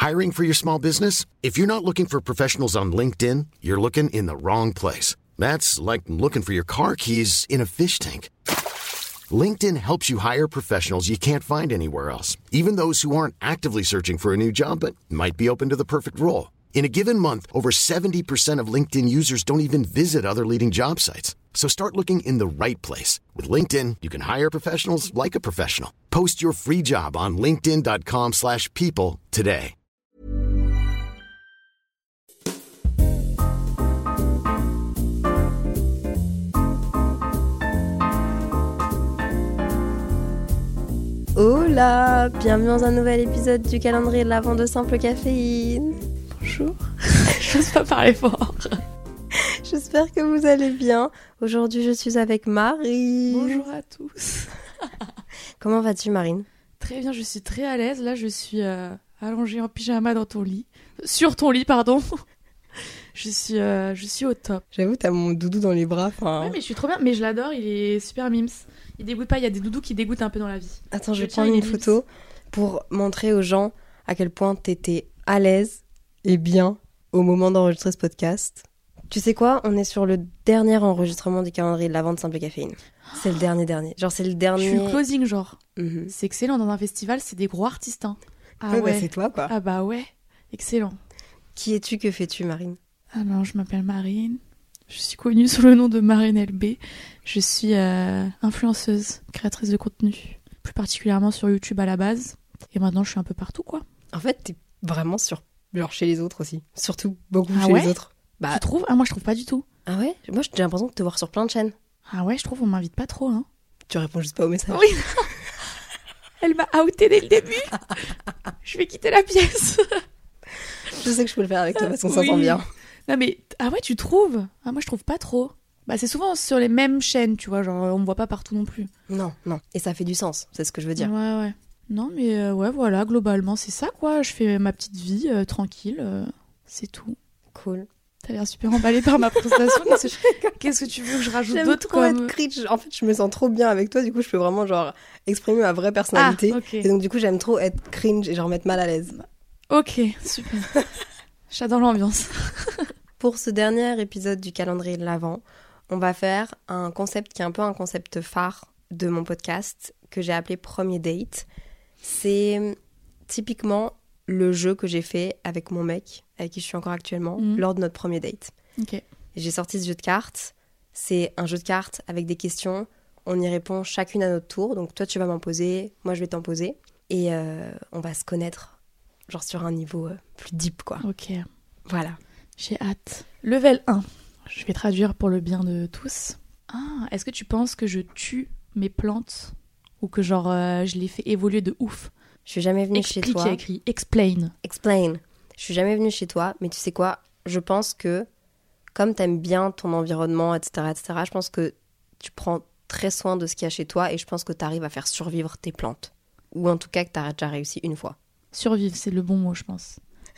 Hiring for your small business? If you're not looking for professionals on LinkedIn, you're looking in the wrong place. That's like looking for your car keys in a fish tank. LinkedIn helps you hire professionals you can't find anywhere else, even those who aren't actively searching for a new job but might be open to the perfect role. In a given month, over 70% of LinkedIn users don't even visit other leading job sites. So start looking in the right place. With LinkedIn, you can hire professionals like a professional. Post your free job on linkedin.com/people today. Hola, bienvenue dans un nouvel épisode du calendrier de l'Avent de Simple Caféine. Bonjour, j'ose pas parler fort. J'espère que vous allez bien. Aujourd'hui, je suis avec Marie. Bonjour à tous. Comment vas-tu, Marine ? Très bien, je suis très à l'aise. Là, je suis allongée en pyjama dans ton lit. Sur ton lit, pardon. Je suis au top. J'avoue, t'as mon doudou dans les bras. Ouais, mais je suis trop bien. Mais je l'adore, il est super mimes. Il dégoûte pas, il y a des doudous qui dégoûtent un peu dans la vie. Attends, je vais prendre une photo pour montrer aux gens à quel point t'étais à l'aise et bien au moment d'enregistrer ce podcast. Tu sais quoi ? On est sur le dernier enregistrement du calendrier de l'Avent de Simple Caféine. C'est le dernier. Genre, c'est le dernier... Je suis closing, genre. Mm-hmm. C'est excellent, dans un festival, c'est des gros artistes. Hein. Ah ouais, ouais. Bah, c'est toi, quoi. Ah bah ouais, excellent. Qui es-tu, que fais-tu, Marine ? Alors, je m'appelle Marine. Je suis connue sous le nom de Marine LB. Je suis influenceuse, créatrice de contenu. Plus particulièrement sur YouTube à la base. Et maintenant, je suis un peu partout, quoi. En fait, t'es vraiment genre chez les autres aussi. Surtout beaucoup ah chez ouais les autres. Bah, tu trouves ? Ah, moi, je trouve pas du tout. Ah ouais ? Moi, j'ai l'impression de te voir sur plein de chaînes. Ah ouais, je trouve on m'invite pas trop, hein. Tu réponds juste pas au message. Oui. Elle m'a outé dès le début. Je vais quitter la pièce. Je sais que je peux le faire avec toi parce qu'on s'entend bien. Non mais, ah ouais, tu trouves ? Ah, moi, je trouve pas trop. Bah, c'est souvent sur les mêmes chaînes, tu vois, genre, on me voit pas partout non plus. Non. Et ça fait du sens, c'est ce que je veux dire. Ouais. Non, mais ouais, voilà, globalement, c'est ça, quoi. Je fais ma petite vie, tranquille, c'est tout. Cool. T'as l'air super emballée par ma prestation. Qu'est-ce que tu veux que je rajoute J'aime d'autre trop être cringe. En fait, je me sens trop bien avec toi, du coup, je peux vraiment, genre, exprimer ma vraie personnalité. Ah, ok. Et donc, du coup, j'aime trop être cringe et genre mettre mal à l'aise. Ok, super. J'adore l'ambiance. Pour ce dernier épisode du calendrier de l'Avent, on va faire un concept qui est un peu un concept phare de mon podcast, que j'ai appelé Premier Date. C'est typiquement le jeu que j'ai fait avec mon mec, avec qui je suis encore actuellement, lors de notre premier date. Ok. J'ai sorti ce jeu de cartes. C'est un jeu de cartes avec des questions. On y répond chacune à notre tour. Donc toi, tu vas m'en poser, moi, je vais t'en poser. Et on va se connaître, genre sur un niveau plus deep, quoi. Ok. Voilà. J'ai hâte. Level 1. Je vais traduire pour le bien de tous. Ah, est-ce que tu penses que je tue mes plantes ? Ou que genre, je les fais évoluer de ouf ? Je suis jamais venue chez toi. Il y a écrit explain. Explain. Je suis jamais venue chez toi, mais tu sais quoi ? Je pense que, comme t'aimes bien ton environnement, etc., je pense que tu prends très soin de ce qu'il y a chez toi et je pense que t'arrives à faire survivre tes plantes. Ou en tout cas que t'as déjà réussi une fois. Survivre, c'est le bon mot, je pense.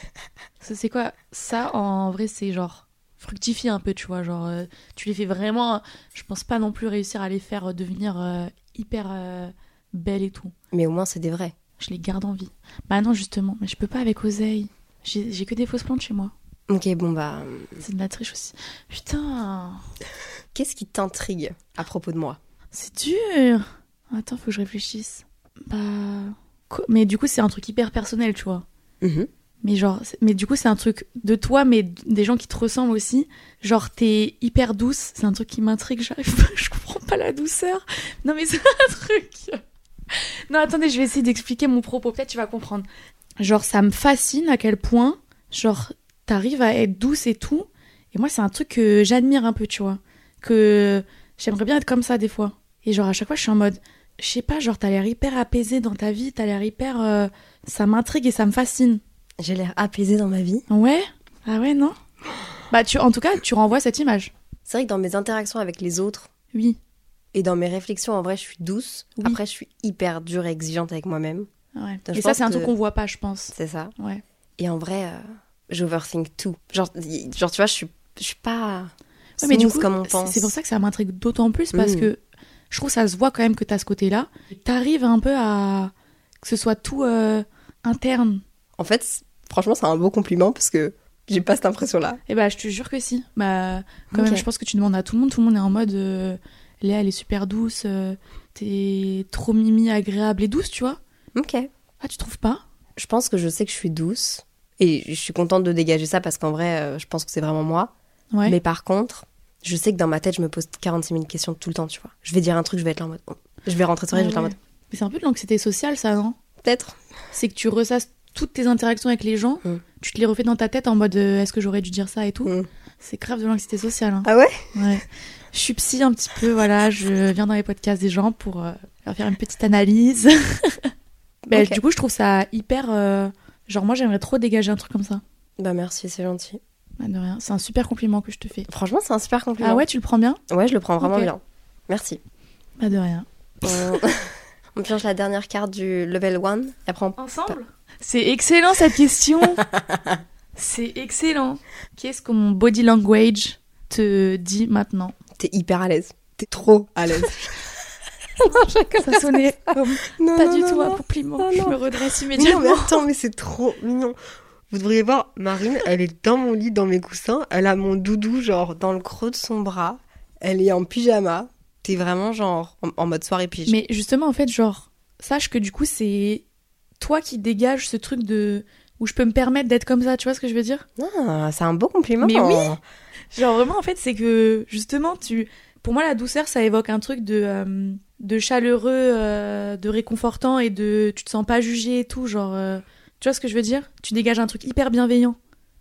C'est quoi ? Ça, en vrai, c'est genre fructifier un peu, tu vois. Genre, tu les fais vraiment... Je pense pas non plus réussir à les faire devenir hyper belles et tout. Mais au moins, c'est des vrais. Je les garde en vie. Bah non, justement. Mais je peux pas avec oseille. J'ai que des fausses plantes chez moi. Ok, bon bah... C'est de la triche aussi. Putain. Qu'est-ce qui t'intrigue à propos de moi ? C'est dur. Attends, faut que je réfléchisse. Bah... Mais du coup, c'est un truc hyper personnel, tu vois. Mm-hmm. Mais genre... Mais du coup, c'est un truc de toi, mais des gens qui te ressemblent aussi. Genre, t'es hyper douce. C'est un truc qui m'intrigue. J'arrive pas... Je comprends pas la douceur. Non, mais c'est un truc... Non, attendez, je vais essayer d'expliquer mon propos. Peut-être tu vas comprendre. Genre, ça me fascine à quel point, genre, t'arrives à être douce et tout. Et moi, c'est un truc que j'admire un peu, tu vois. Que j'aimerais bien être comme ça des fois. Et genre, à chaque fois, je suis en mode, je sais pas, genre, t'as l'air hyper apaisée dans ta vie. T'as l'air hyper... ça m'intrigue et ça me fascine. J'ai l'air apaisée dans ma vie. Ouais ? Ah ouais, non ? Bah, en tout cas, tu renvoies cette image. C'est vrai que dans mes interactions avec les autres... Oui. Et dans mes réflexions, en vrai, je suis douce. Oui. Après, je suis hyper dure et exigeante avec moi-même. Ouais. Et ça, c'est un truc qu'on voit pas, je pense. C'est ça. Ouais. Et en vrai, j'overthink tout. Genre, tu vois, je suis pas ouais, mais du coup, comme on pense. C'est pour ça que ça m'intrigue d'autant plus, parce que je trouve que ça se voit quand même que t'as ce côté-là. T'arrives un peu à... que ce soit tout interne. En fait, Franchement, c'est un beau compliment parce que j'ai pas cette impression-là. Et bah, je te jure que si. Bah, quand même, Ok. je pense que tu demandes à tout le monde est en mode Léa, elle est super douce, t'es trop mimi, agréable et douce, tu vois. Ok. Ah, tu trouves pas? Je pense que je sais que je suis douce et je suis contente de dégager ça parce qu'en vrai, je pense que c'est vraiment moi. Ouais. Mais par contre, je sais que dans ma tête, je me pose 46 000 questions tout le temps, tu vois. Je vais dire un truc, je vais être là en mode... bon. Je vais rentrer de soirée, je vais être là en Ouais. mode... Mais c'est un peu de l'anxiété sociale, ça, non? Peut-être. C'est que tu ressasses toutes tes interactions avec les gens, tu te les refais dans ta tête en mode est-ce que j'aurais dû dire ça et tout. C'est grave de l'anxiété sociale. Hein. Ah ouais? Ouais. Je suis psy un petit peu, voilà, je viens dans les podcasts des gens pour leur faire une petite analyse. Mais Ok. du coup, je trouve ça hyper... genre, moi, j'aimerais trop dégager un truc comme ça. Bah merci, c'est gentil. Bah, de rien, c'est un super compliment que je te fais. Franchement, c'est un super compliment. Ah ouais, tu le prends bien? Ouais, je le prends vraiment Ok. bien. Merci. Bah, de rien. On pioche la dernière carte du level 1 et après on... Ensemble? C'est excellent, cette question. C'est excellent. Qu'est-ce que mon body language te dit maintenant? T'es hyper à l'aise. T'es trop à l'aise. Ça sonnait comme Non, pas non, du non, tout un non. compliment. Non, Je non. me redresse Mais non, mais immédiatement. attends, mais c'est trop mignon. Vous devriez voir Marine, elle est dans mon lit, dans mes coussins. Elle a mon doudou, genre, dans le creux de son bras. Elle est en pyjama. T'es vraiment, genre, en mode soirée pige. Mais justement, en fait, genre, sache que du coup, c'est toi qui dégages ce truc de... où je peux me permettre d'être comme ça, tu vois ce que je veux dire? Ah, c'est un beau compliment. Mais oui. Genre, vraiment, en fait, c'est que, justement, pour moi, la douceur, ça évoque un truc de chaleureux, de réconfortant et de... Tu te sens pas jugé et tout, genre... Tu vois ce que je veux dire? Tu dégages un truc hyper bienveillant.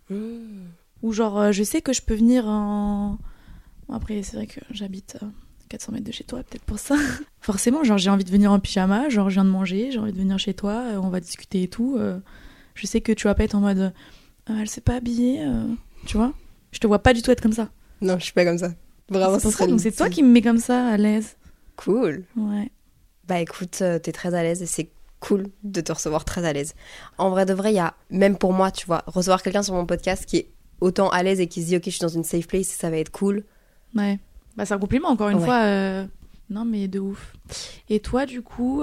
Ou genre, je sais que je peux venir en... Bon, après, c'est vrai que j'habite 400 mètres de chez toi, peut-être pour ça. Forcément, genre, j'ai envie de venir en pyjama, genre, je viens de manger, j'ai envie de venir chez toi, on va discuter et tout. Je sais que tu vas pas être en mode... elle s'est pas habillée, tu vois? Je te vois pas du tout être comme ça. Non, je suis pas comme ça. Vraiment, C'est pour ce ça, serait donc c'est toi qui me mets comme ça, à l'aise. Cool. Ouais. Bah écoute, t'es très à l'aise et c'est cool de te recevoir très à l'aise. En vrai de vrai, il y a, même pour moi, tu vois, recevoir quelqu'un sur mon podcast qui est autant à l'aise et qui se dit ok, je suis dans une safe place, ça va être cool. Ouais. Bah, c'est un compliment, encore une Ouais. fois. Non, mais de ouf. Et toi, du coup,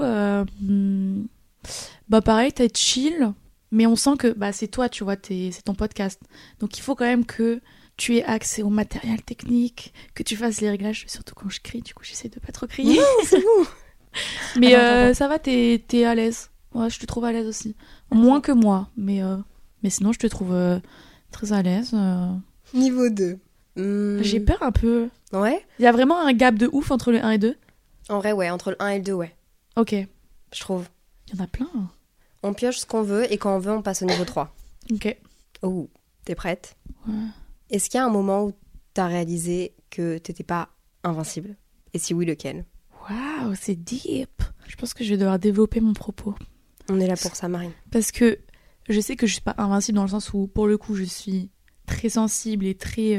bah, pareil, t'es chill, mais on sent que bah, c'est toi, tu vois, c'est ton podcast. Donc, il faut quand même que tu aies accès au matériel technique, que tu fasses les réglages, surtout quand je crie, du coup, j'essaie de pas trop crier. C'est bon. Mais Attends. ça va, t'es à l'aise. Ouais, je te trouve à l'aise aussi. Moins que moi, mais sinon, je te trouve très à l'aise. Niveau 2. J'ai peur un peu. Ouais. Il y a vraiment un gap de ouf entre le 1 et 2. En vrai, ouais, entre le 1 et le 2, ouais. Ok. Je trouve. Il y en a plein. On pioche ce qu'on veut et quand on veut, on passe au niveau 3. Ok. Oh, t'es prête? Ouais. Est-ce qu'il y a un moment où t'as réalisé que t'étais pas invincible? Et si oui, lequel? Waouh, c'est deep. Je pense que je vais devoir développer mon propos. On est là pour ça, Marine. Parce que je sais que je suis pas invincible dans le sens où, pour le coup, je suis très sensible et très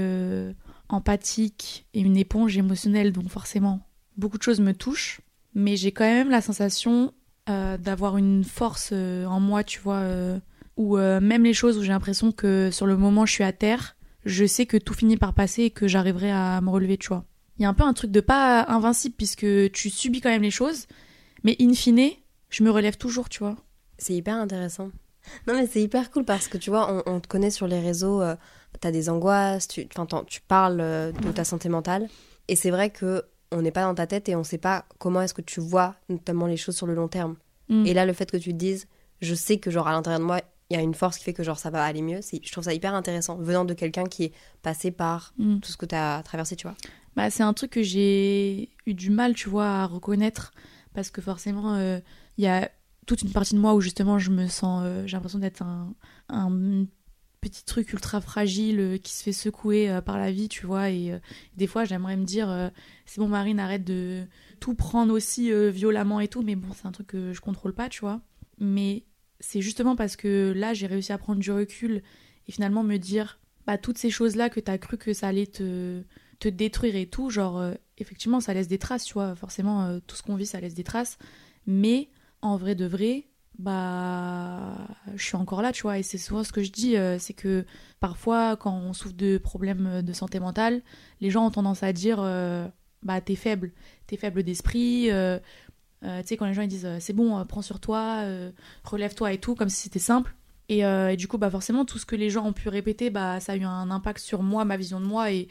empathique et une éponge émotionnelle, donc forcément, beaucoup de choses me touchent. Mais j'ai quand même la sensation d'avoir une force en moi, tu vois, où même les choses où j'ai l'impression que sur le moment je suis à terre, je sais que tout finit par passer et que j'arriverai à me relever, tu vois. Il y a un peu un truc de pas invincible puisque tu subis quand même les choses, mais in fine, je me relève toujours, tu vois. C'est hyper intéressant. Non, mais c'est hyper cool parce que tu vois, on te connaît sur les réseaux, t'as des angoisses, tu parles de ta santé mentale. Et c'est vrai que on n'est pas dans ta tête et on sait pas comment est-ce que tu vois notamment les choses sur le long terme. Mm. Et là, le fait que tu te dises, je sais que genre à l'intérieur de moi, il y a une force qui fait que genre ça va aller mieux. Je trouve ça hyper intéressant venant de quelqu'un qui est passé par tout ce que t'as traversé, tu vois. Bah, c'est un truc que j'ai eu du mal, tu vois, à reconnaître parce que forcément, il y a toute une partie de moi où justement je me sens, j'ai l'impression d'être un petit truc ultra fragile qui se fait secouer par la vie, tu vois, et des fois j'aimerais me dire c'est bon Marine, arrête de tout prendre aussi violemment et tout, mais bon, c'est un truc que je contrôle pas, tu vois. Mais c'est justement parce que là j'ai réussi à prendre du recul et finalement me dire bah toutes ces choses là que t'as cru que ça allait te détruire et tout, genre effectivement ça laisse des traces, tu vois, forcément tout ce qu'on vit ça laisse des traces, mais en vrai de vrai, bah je suis encore là, tu vois, et c'est souvent ce que je dis, c'est que parfois quand on souffre de problèmes de santé mentale, les gens ont tendance à dire bah t'es faible d'esprit, tu sais, quand les gens ils disent c'est bon, prends sur toi, relève-toi et tout, comme si c'était simple. Et du coup, bah forcément, tout ce que les gens ont pu répéter, bah ça a eu un impact sur moi, ma vision de moi, et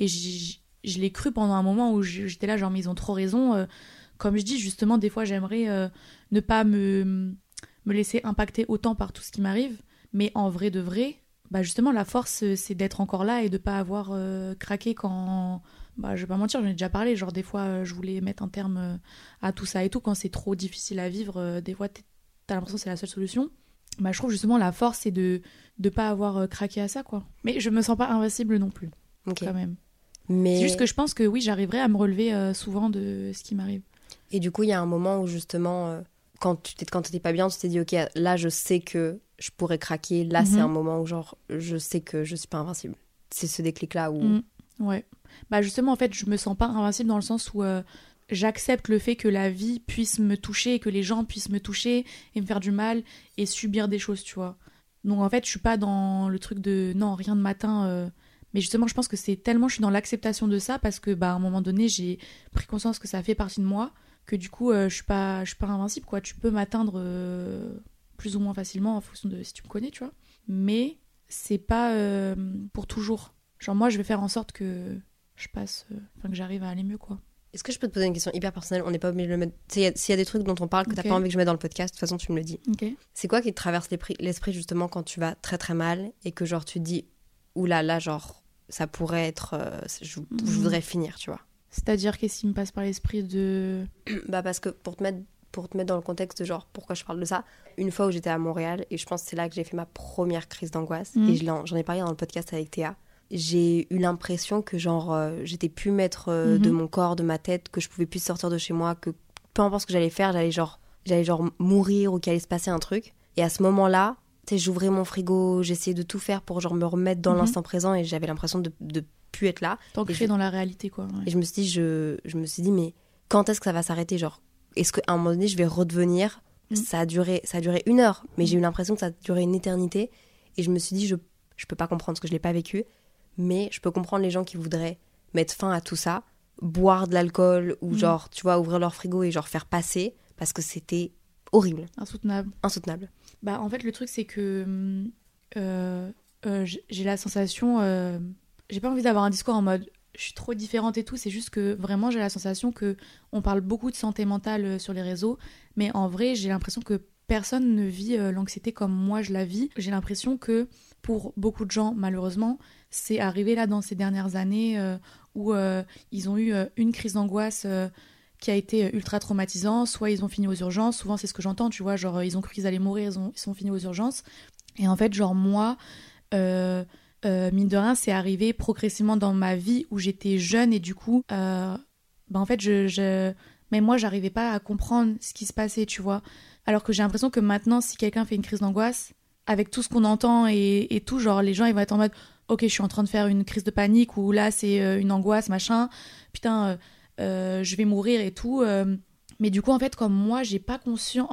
je l'ai cru pendant un moment où j'étais là, genre, mais ils ont trop raison. Comme je dis, justement, des fois, j'aimerais ne pas me laisser impacter autant par tout ce qui m'arrive, mais en vrai de vrai, bah justement, la force, c'est d'être encore là et de pas avoir craqué quand... Bah, je vais pas mentir, j'en ai déjà parlé, genre des fois, je voulais mettre un terme à tout ça et tout, quand c'est trop difficile à vivre, des fois, t'as l'impression que c'est la seule solution. Bah, je trouve justement la force, c'est de pas avoir craqué à ça, quoi. Mais je me sens pas invincible non plus, quand même. Mais... C'est juste que je pense que oui, j'arriverai à me relever souvent de ce qui m'arrive. Et du coup, il y a un moment où justement, quand tu t'étais pas bien, tu t'es dit, ok, là, je sais que je pourrais craquer. Là, c'est un moment où, genre, je sais que je suis pas invincible. C'est ce déclic-là où... Ouais. Bah justement, en fait, je me sens pas invincible dans le sens où j'accepte le fait que la vie puisse me toucher et que les gens puissent me toucher et me faire du mal et subir des choses, tu vois. Donc en fait, je suis pas dans le truc de non, rien de matin. Mais justement, je pense que c'est tellement, je suis dans l'acceptation de ça parce que bah à un moment donné, j'ai pris conscience que ça fait partie de moi, que du coup, je suis pas invincible, quoi. Tu peux m'atteindre plus ou moins facilement en fonction de si tu me connais, tu vois. Mais c'est pas pour toujours. Genre moi, je vais faire en sorte que je passe, que j'arrive à aller mieux, quoi. Est-ce que je peux te poser une question hyper personnelle? On n'est pas obligé de le mettre. S'il y a des trucs dont on parle que t'as pas envie que je mette dans le podcast, de toute façon, tu me le dis. Okay. C'est quoi qui te traverse l'esprit justement quand tu vas très très mal et que genre tu te dis, oula, là, genre, ça pourrait être. Je voudrais finir, tu vois. C'est-à-dire, qu'est-ce qui me passe par l'esprit de. Bah, parce que pour te mettre dans le contexte de genre pourquoi je parle de ça, une fois où j'étais à Montréal, et je pense que c'est là que j'ai fait ma première crise d'angoisse, et j'en ai parlé dans le podcast avec Théa. J'ai eu l'impression que genre j'étais plus maître de mon corps, de ma tête, que je pouvais plus sortir de chez moi, que peu importe ce que j'allais faire, j'allais genre mourir ou qu'il allait se passer un truc. Et à ce moment-là, tu sais, j'ouvrais mon frigo, j'essayais de tout faire pour genre me remettre dans l'instant présent, et j'avais l'impression de plus être là. T'ancrer dans la réalité, quoi. Ouais. Et je me suis dit mais quand est-ce que ça va s'arrêter, genre est-ce qu'à un moment donné je vais redevenir ça a duré 1 heure, mais j'ai eu l'impression que ça a duré une éternité, et je me suis dit je peux pas comprendre parce que je l'ai pas vécu. Mais je peux comprendre les gens qui voudraient mettre fin à tout ça, boire de l'alcool ou genre, tu vois, ouvrir leur frigo et genre faire passer, parce que c'était horrible. Insoutenable. Bah en fait, le truc, c'est que j'ai la sensation... j'ai pas envie d'avoir un discours en mode je suis trop différente et tout, c'est juste que vraiment j'ai la sensation que on parle beaucoup de santé mentale sur les réseaux, mais en vrai, j'ai l'impression que personne ne vit l'anxiété comme moi je la vis. J'ai l'impression que pour beaucoup de gens, malheureusement, c'est arrivé là dans ces dernières années où ils ont eu une crise d'angoisse qui a été ultra traumatisante, soit ils ont fini aux urgences, souvent c'est ce que j'entends, tu vois, genre ils ont cru qu'ils allaient mourir, ils sont finis aux urgences. Et en fait, genre moi, mine de rien, c'est arrivé progressivement dans ma vie où j'étais jeune et du coup, en fait, même moi, j'arrivais pas à comprendre ce qui se passait, tu vois. Alors que j'ai l'impression que maintenant, si quelqu'un fait une crise d'angoisse, avec tout ce qu'on entend et tout, genre les gens ils vont être en mode ok, je suis en train de faire une crise de panique, ou là c'est une angoisse, machin, putain, je vais mourir et tout. Mais du coup, en fait, comme moi, j'ai pas conscience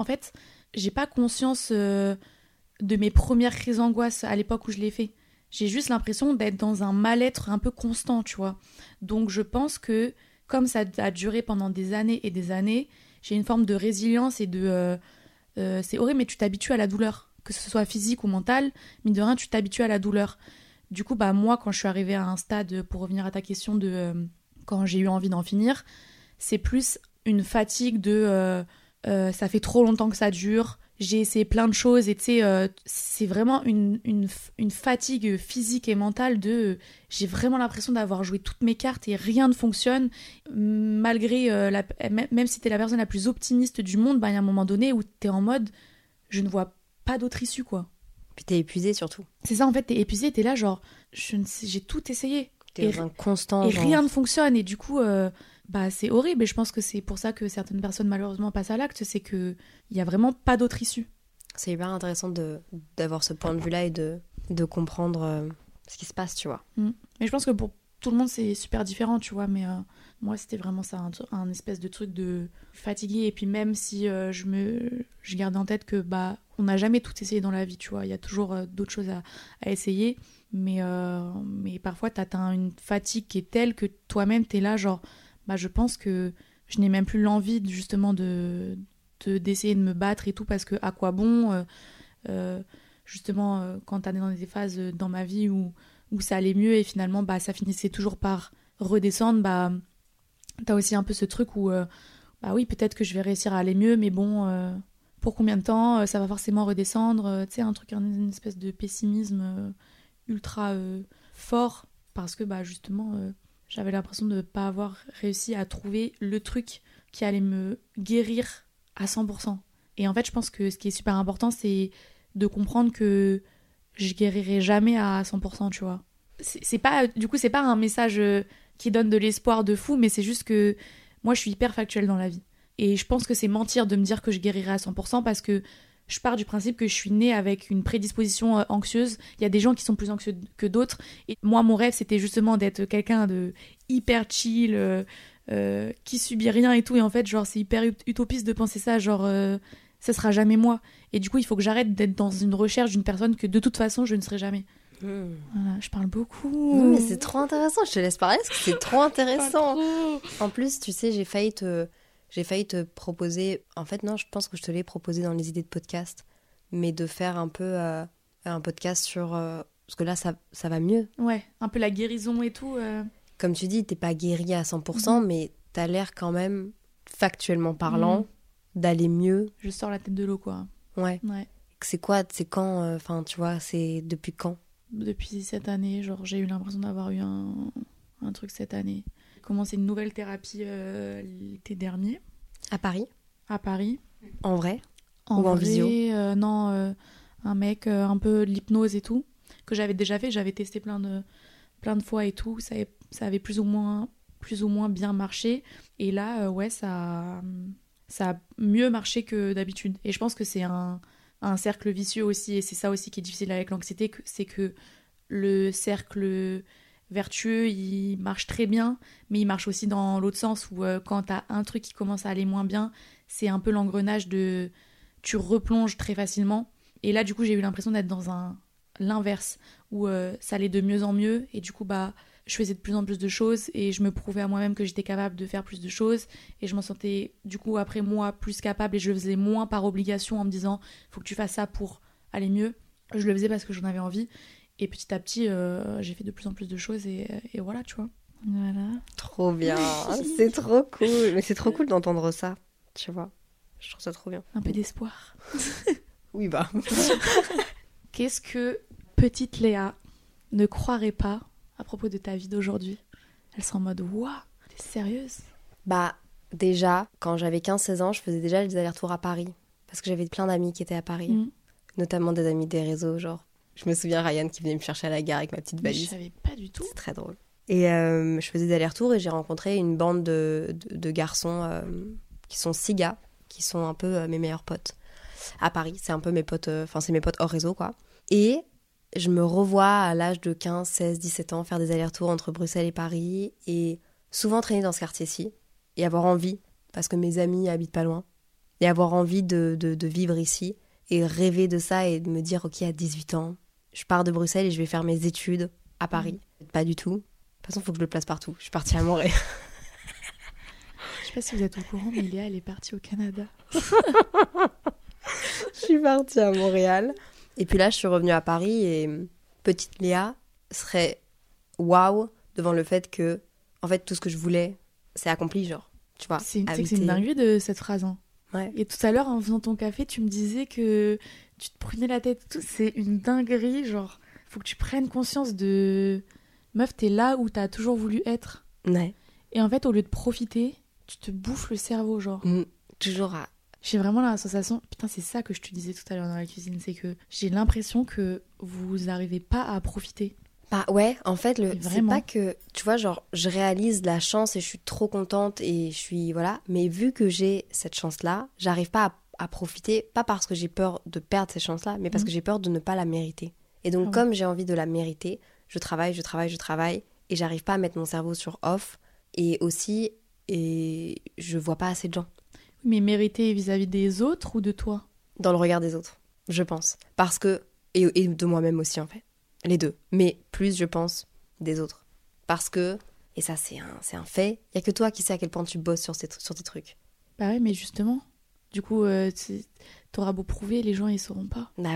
de mes premières crises d'angoisse à l'époque où je l'ai fait. J'ai juste l'impression d'être dans un mal-être un peu constant, tu vois. Donc je pense que comme ça a duré pendant des années et des années, j'ai une forme de résilience et de... c'est horrible, mais tu t'habitues à la douleur. Que ce soit physique ou mentale, mine de rien, tu t'habitues à la douleur. Du coup, bah moi, quand je suis arrivée à un stade, pour revenir à ta question de quand j'ai eu envie d'en finir, c'est plus une fatigue de ça fait trop longtemps que ça dure, j'ai essayé plein de choses, et tu sais, c'est vraiment une fatigue physique et mentale de j'ai vraiment l'impression d'avoir joué toutes mes cartes et rien ne fonctionne, malgré même si t'es la personne la plus optimiste du monde, bah il y a un moment donné où t'es en mode je ne vois pas d'autre issue, quoi. Puis t'es épuisée surtout. C'est ça, en fait, t'es épuisée, t'es là genre j'ai tout essayé. T'es dans un constant. Et rien ne fonctionne, et du coup, bah c'est horrible, et je pense que c'est pour ça que certaines personnes malheureusement passent à l'acte, c'est qu'il n'y a vraiment pas d'autre issue. C'est hyper intéressant d'avoir ce point de vue-là et de comprendre ce qui se passe, tu vois. Mais je pense que pour tout le monde, c'est super différent, tu vois, mais moi, c'était vraiment ça, un espèce de truc de fatigué, et puis même si je garde en tête que, bah, on n'a jamais tout essayé dans la vie, tu vois, il y a toujours d'autres choses à essayer, mais parfois, t'atteins une fatigue qui est telle que toi-même, t'es là, genre, bah, je pense que je n'ai même plus l'envie, justement, d'essayer de me battre et tout, parce que à quoi bon, justement, quand t'es dans des phases dans ma vie où ça allait mieux et finalement, ça finissait toujours par redescendre, t'as aussi un peu ce truc où, oui, peut-être que je vais réussir à aller mieux, mais bon, pour combien de temps ça va forcément redescendre, tu sais, une espèce de pessimisme ultra fort, parce que, justement, j'avais l'impression de ne pas avoir réussi à trouver le truc qui allait me guérir à 100%. Et en fait, je pense que ce qui est super important, c'est de comprendre que je guérirai jamais à 100%, tu vois. C'est pas un message qui donne de l'espoir de fou, mais c'est juste que moi, je suis hyper factuelle dans la vie. Et je pense que c'est mentir de me dire que je guérirai à 100% parce que je pars du principe que je suis née avec une prédisposition anxieuse. Il y a des gens qui sont plus anxieux que d'autres. Et moi, mon rêve, c'était justement d'être quelqu'un de hyper chill, qui subit rien et tout. Et en fait, genre, c'est hyper utopiste de penser ça, genre, ça sera jamais moi. Et du coup, il faut que j'arrête d'être dans une recherche d'une personne que de toute façon, je ne serai jamais. Voilà, je parle beaucoup. Non, mais c'est trop intéressant. Je te laisse parler parce que c'est trop intéressant. En plus, tu sais, j'ai failli te proposer... En fait, non, je pense que je te l'ai proposé dans les idées de podcast. Mais de faire un peu un podcast sur... parce que là, ça va mieux. Ouais, un peu la guérison et tout. Comme tu dis, t'es pas guérie à 100%, mais t'as l'air quand même, factuellement parlant, d'aller mieux. Je sors la tête de l'eau, quoi. Ouais. C'est quoi, c'est quand... Enfin, tu vois, c'est depuis quand? Depuis cette année, genre, j'ai eu l'impression d'avoir eu un truc cette année. J'ai commencé une nouvelle thérapie l'été dernier. À Paris? À Paris. En vrai? Ou en visio? Non, un mec, un peu de l'hypnose et tout, que j'avais déjà fait, j'avais testé plein de fois et tout, ça avait plus ou moins bien marché. Et là, ça a mieux marché que d'habitude. Et je pense que c'est un cercle vicieux aussi, et c'est ça aussi qui est difficile avec l'anxiété, c'est que le cercle vertueux, il marche très bien, mais il marche aussi dans l'autre sens, où quand t'as un truc qui commence à aller moins bien, c'est un peu l'engrenage de... Tu replonges très facilement. Et là, du coup, j'ai eu l'impression d'être dans l'inverse, où ça allait de mieux en mieux, et du coup, je faisais de plus en plus de choses, et je me prouvais à moi-même que j'étais capable de faire plus de choses, et je m'en sentais, du coup, après moi, plus capable, et je le faisais moins par obligation, en me disant « faut que tu fasses ça pour aller mieux ». Je le faisais parce que j'en avais envie, et petit à petit, j'ai fait de plus en plus de choses, et voilà, tu vois. Voilà. Trop bien, c'est trop cool. Mais c'est trop cool d'entendre ça, tu vois. Je trouve ça trop bien. Un peu d'espoir. Oui, Qu'est-ce que petite Léa ne croirait pas à propos de ta vie d'aujourd'hui? Elle sera en mode « Waouh, t'es sérieuse ?» Déjà, quand j'avais 15-16 ans, je faisais déjà les allers-retours à Paris. Parce que j'avais plein d'amis qui étaient à Paris. Notamment des amis des réseaux, genre... Je me souviens Ryan qui venait me chercher à la gare avec ma petite valise. Je savais pas du tout. C'est très drôle. Et je faisais des allers-retours et j'ai rencontré une bande de garçons qui sont 6 gars, qui sont un peu mes meilleurs potes à Paris. C'est un peu mes potes, c'est mes potes hors réseau, quoi. Et je me revois à l'âge de 15, 16, 17 ans faire des allers-retours entre Bruxelles et Paris et souvent traîner dans ce quartier-ci et avoir envie, parce que mes amis habitent pas loin, et avoir envie de vivre ici et rêver de ça et de me dire, ok, à 18 ans, je pars de Bruxelles et je vais faire mes études à Paris. Pas du tout. De toute façon, il faut que je le place partout. Je suis partie à Montréal. Je sais pas si vous êtes au courant, mais Léa, elle est partie au Canada. Je suis partie à Montréal. Et puis là, je suis revenue à Paris et petite Léa serait waouh devant le fait que, en fait, tout ce que je voulais, c'est accompli, genre. Tu vois, c'est une dinguerie de cette phrase. Hein. Ouais. Et tout à l'heure, en faisant ton café, tu me disais que tu te prenais la tête. Tout. C'est une dinguerie, genre. Faut que tu prennes conscience de... Meuf, t'es là où t'as toujours voulu être. Ouais. Et en fait, au lieu de profiter, tu te bouffes le cerveau, genre. Toujours à... J'ai vraiment la sensation... Putain, c'est ça que je te disais tout à l'heure dans la cuisine. C'est que j'ai l'impression que vous n'arrivez pas à profiter. Ouais, en fait, c'est pas que... Tu vois, genre, je réalise la chance et je suis trop contente et je suis... Voilà. Mais vu que j'ai cette chance-là, j'arrive pas à profiter. Pas parce que j'ai peur de perdre cette chance-là, mais parce que j'ai peur de ne pas la mériter. Et donc, comme j'ai envie de la mériter, je travaille, et j'arrive pas à mettre mon cerveau sur off. Et aussi, je vois pas assez de gens. Mais mériter vis-à-vis des autres ou de toi? Dans le regard des autres, je pense. Parce que... Et de moi-même aussi, en fait. Les deux. Mais plus, je pense, des autres. Parce que... Et ça, c'est un fait. Il y a que toi qui sais à quel point tu bosses sur tes trucs. Bah ouais, mais justement... Du coup, t'auras beau prouver, les gens, ils sauront pas. Bah ouais.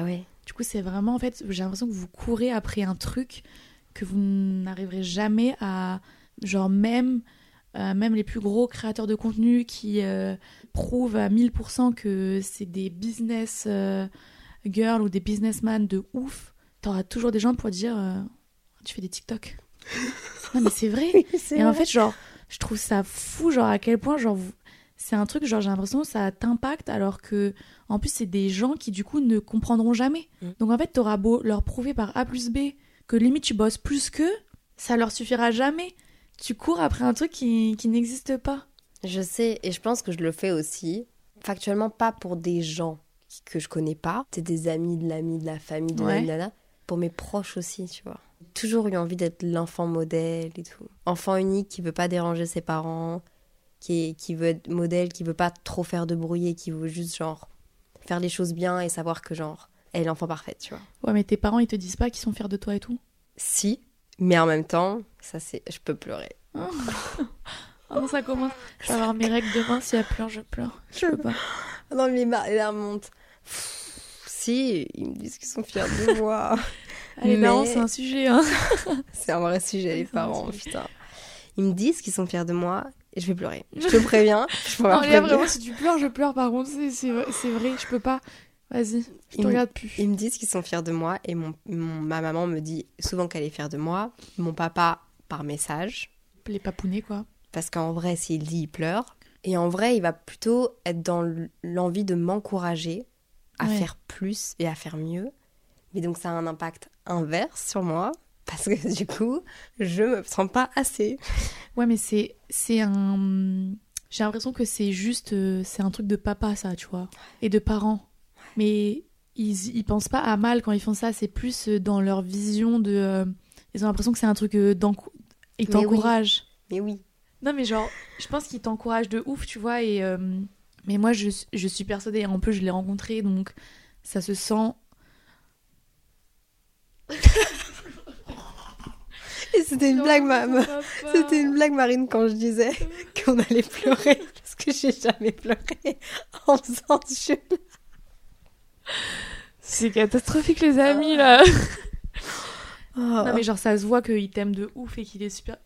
Du coup, c'est vraiment, en fait, j'ai l'impression que vous courez après un truc que vous n'arriverez jamais à... Genre même les plus gros créateurs de contenu qui prouvent à 1000% que c'est des business girls ou des businessmen de ouf, t'auras toujours des gens pour dire tu fais des TikTok. Non mais c'est vrai. Oui, c'est Et en vrai. fait, genre, je trouve ça fou, genre à quel point, genre, c'est un truc, genre j'ai l'impression que ça t'impacte alors que, en plus, c'est des gens qui du coup ne comprendront jamais. Donc en fait, t'auras beau leur prouver par A plus B que limite tu bosses plus qu'eux, ça leur suffira jamais. Tu cours après un truc qui n'existe pas. Je sais, et je pense que je le fais aussi, factuellement pas pour des gens que je connais pas, c'est des amis, de la famille, de Ouais. nana, pour mes proches aussi, tu vois. J'ai toujours eu envie d'être l'enfant modèle et tout. Enfant unique qui veut pas déranger ses parents, qui veut être modèle, qui veut pas trop faire de bruit et qui veut juste genre faire les choses bien et savoir que genre elle est l'enfant parfaite, tu vois. Ouais, mais tes parents, ils te disent pas qu'ils sont fiers de toi et tout? Si, mais en même temps, ça c'est, je peux pleurer. Oh, ça commence. Je vais avoir mes règles demain, si elle pleure, je pleure. Je peux pas. Non mais les larmes montent. Si, ils me disent qu'ils sont fiers de moi. Allez, Mais- parents, c'est un sujet, hein. C'est un vrai sujet, les C'est un parents, sujet. putain. Ils me disent qu'ils sont fiers de moi et je vais pleurer. Je te préviens. Je Non, préviens. Léa, vraiment, si tu pleures, je pleure, par contre, c'est vrai, je peux pas. Vas-y, je te Il- regarde plus. Ils me disent qu'ils sont fiers de moi et ma maman me dit souvent qu'elle est fière de moi. Mon papa par message. Les papounets, quoi. Parce qu'en vrai, s'il dit, il pleure. Et en vrai, il va plutôt être dans l'envie de m'encourager à Ouais. faire plus et à faire mieux. Mais donc, ça a un impact inverse sur moi. Parce que du coup, je me sens pas assez. Ouais, mais c'est un... J'ai l'impression que c'est juste... c'est un truc de papa, ça, tu vois. Et de parents. Mais ils pensent pas à mal quand ils font ça. C'est plus dans leur vision de... ils ont l'impression que c'est un truc... Ils Mais t'encouragent. Mais oui. Non, mais genre, je pense qu'ils t'encouragent de ouf, tu vois. Et, mais moi, je suis persuadée. En plus, je l'ai rencontré, donc ça se sent... Et c'était une blague, C'était une blague, Marine, quand je disais qu'on allait pleurer. Parce que j'ai jamais pleuré en faisant ce jeu. C'est catastrophique, les amis, là. Oh. Non, mais genre, ça se voit qu'il t'aime de ouf et qu'il est super...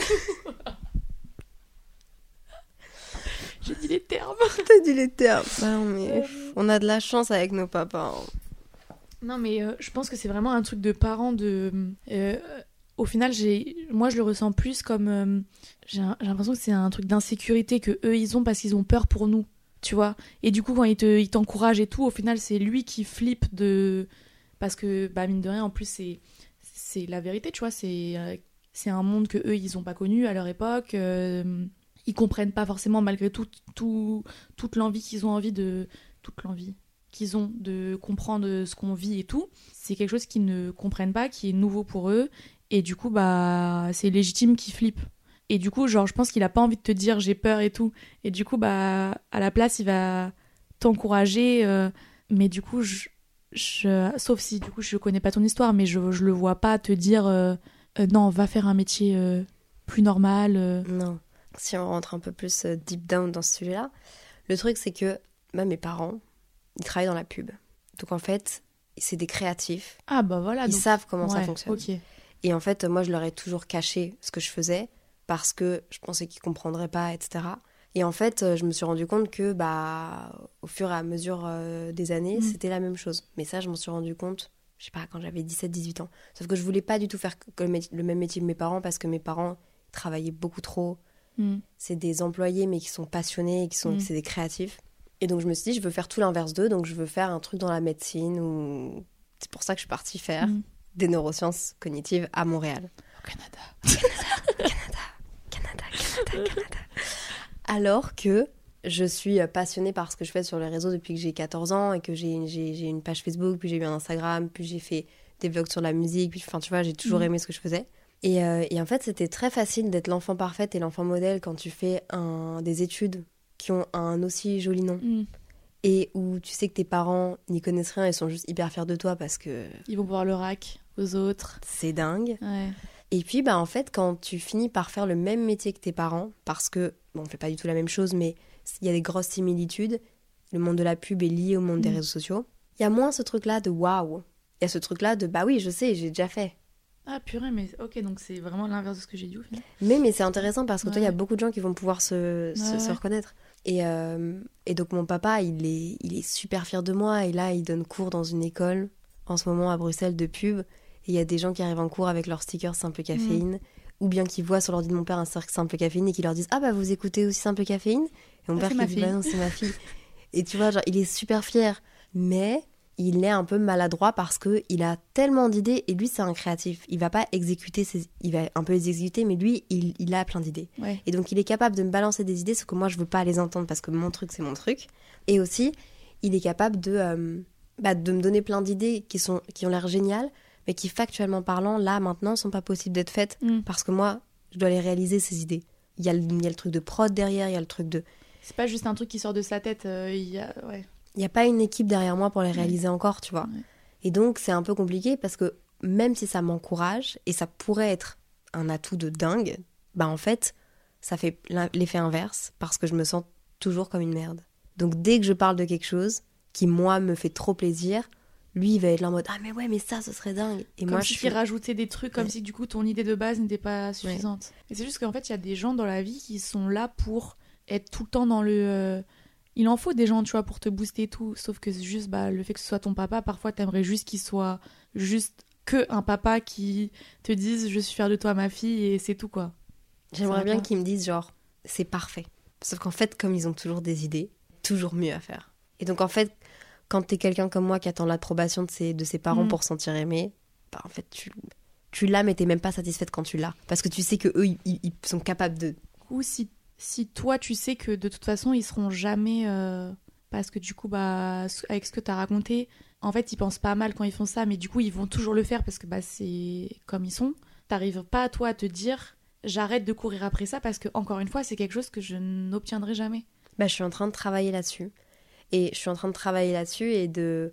J'ai dit les termes. T'as dit les termes. Bah non, mais on a de la chance avec nos papas. Hein. Non, mais je pense que c'est vraiment un truc de parents de... au final, moi, je le ressens plus comme... j'ai l'impression que c'est un truc d'insécurité que eux ils ont parce qu'ils ont peur pour nous, tu vois. Et du coup, quand ils t'encouragent et tout, au final, c'est lui qui flippe de... Parce que, bah, mine de rien, en plus, c'est la vérité, tu vois. C'est un monde que eux ils ont pas connu à leur époque. Ils comprennent pas forcément, malgré toute l'envie qu'ils ont envie de... Toute l'envie qu'ils ont de comprendre ce qu'on vit et tout. C'est quelque chose qu'ils ne comprennent pas, qui est nouveau pour eux. Et du coup, bah, c'est légitime qu'ils flippent. Et du coup, genre, je pense qu'il a pas envie de te dire j'ai peur et tout. Et du coup, bah, à la place, il va t'encourager. Mais du coup, sauf si, du coup, je connais pas ton histoire, mais je le vois pas te dire non, va faire un métier plus normal. Non. Si on rentre un peu plus deep down dans ce sujet-là, le truc, c'est que mes parents, ils travaillent dans la pub. Donc en fait, c'est des créatifs. Ah bah voilà. Ils donc... savent comment ça ouais, fonctionne. ok. Et en fait, moi, je leur ai toujours caché ce que je faisais parce que je pensais qu'ils comprendraient pas, etc. Et en fait, je me suis rendu compte que, bah, au fur et à mesure des années, c'était la même chose. Mais ça, je m'en suis rendu compte, je sais pas, quand j'avais 17-18 ans. Sauf que je voulais pas du tout faire le même métier que mes parents parce que mes parents travaillaient beaucoup trop. C'est des employés, mais qui sont passionnés, c'est des créatifs. Et donc, je me suis dit, je veux faire tout l'inverse d'eux, donc je veux faire un truc dans la médecine ou... C'est pour ça que je suis partie faire des neurosciences cognitives à Montréal. Au Canada. Canada. Alors que je suis passionnée par ce que je fais sur les réseaux depuis que j'ai 14 ans et que j'ai une page Facebook, puis j'ai eu un Instagram, puis j'ai fait des vlogs sur la musique, puis enfin tu vois, j'ai toujours aimé ce que je faisais. Et en fait, c'était très facile d'être l'enfant parfaite et l'enfant modèle quand tu fais des études qui ont un aussi joli nom. Et où tu sais que tes parents n'y connaissent rien, ils sont juste hyper fiers de toi parce que... Ils vont voir le rack aux autres. C'est dingue. Ouais. Et puis, bah, en fait, quand tu finis par faire le même métier que tes parents, parce que, bon, on fait pas du tout la même chose, mais il y a des grosses similitudes, le monde de la pub est lié au monde des réseaux sociaux, il y a moins ce truc-là de waouh. Il y a ce truc-là de bah oui, je sais, j'ai déjà fait. Ah purée, mais ok, donc c'est vraiment l'inverse de ce que j'ai dit au final. Mais c'est intéressant parce que toi, il y a Ouais. beaucoup de gens qui vont pouvoir se Ouais. reconnaître. Et donc mon papa, il est super fier de moi. Et là, il donne cours dans une école en ce moment à Bruxelles de pub. Et il y a des gens qui arrivent en cours avec leur sticker Simple Caféine. Ou bien qui voient sur l'ordi de mon père un cercle Simple Caféine et qui leur disent ah bah vous écoutez aussi Simple Caféine. Et mon Ah, père c'est qui ma dit fille. bah non, c'est ma fille. Et tu vois, genre, il est super fier. Mais il est un peu maladroit parce qu'il a tellement d'idées. Et lui, c'est un créatif. Il va pas exécuter il va un peu les exécuter, mais lui, il a plein d'idées. Ouais. Et donc, il est capable de me balancer des idées, sauf que moi, je veux pas les entendre parce que mon truc, c'est mon truc. Et aussi, il est capable de me donner plein d'idées qui ont l'air géniales, mais qui, factuellement parlant, là, maintenant, sont pas possibles d'être faites parce que moi, je dois les réaliser, ces idées. Il y a le truc de prod derrière, il y a le truc de... C'est pas juste un truc qui sort de sa tête, ouais. Il n'y a pas une équipe derrière moi pour les réaliser encore, tu vois. Ouais. Et donc, c'est un peu compliqué parce que même si ça m'encourage, et ça pourrait être un atout de dingue, bah en fait, ça fait l'effet inverse parce que je me sens toujours comme une merde. Donc, dès que je parle de quelque chose qui, moi, me fait trop plaisir, lui, il va être là en mode « Ah, mais ouais, mais ça, ce serait dingue !» Et Comme moi, si je tu suis... rajoutais des trucs, comme si du coup ton idée de base n'était pas suffisante. Mais c'est juste qu'en fait, il y a des gens dans la vie qui sont là pour être tout le temps dans le... Il en faut des gens, tu vois, pour te booster et tout. Sauf que c'est juste le fait que ce soit ton papa, parfois t'aimerais juste qu'il soit juste que un papa qui te dise je suis fière de toi ma fille et c'est tout quoi. J'aimerais Ça bien va pas. qu'ils me disent genre « C'est parfait !» Sauf qu'en fait, comme ils ont toujours des idées, toujours mieux à faire. Et donc en fait, quand t'es quelqu'un comme moi qui attend l'approbation de ses parents pour se sentir aimé, bah en fait, tu l'as, mais t'es même pas satisfaite quand tu l'as. Parce que tu sais que eux, ils sont capables de... Ou si toi tu sais que de toute façon ils seront jamais parce que du coup avec ce que t'as raconté en fait ils pensent pas mal quand ils font ça mais du coup ils vont toujours le faire parce que c'est comme ils sont. T'arrives pas toi à te dire j'arrête de courir après ça parce que encore une fois c'est quelque chose que je n'obtiendrai jamais. Bah je suis en train de travailler là-dessus. Et je suis en train de travailler là-dessus et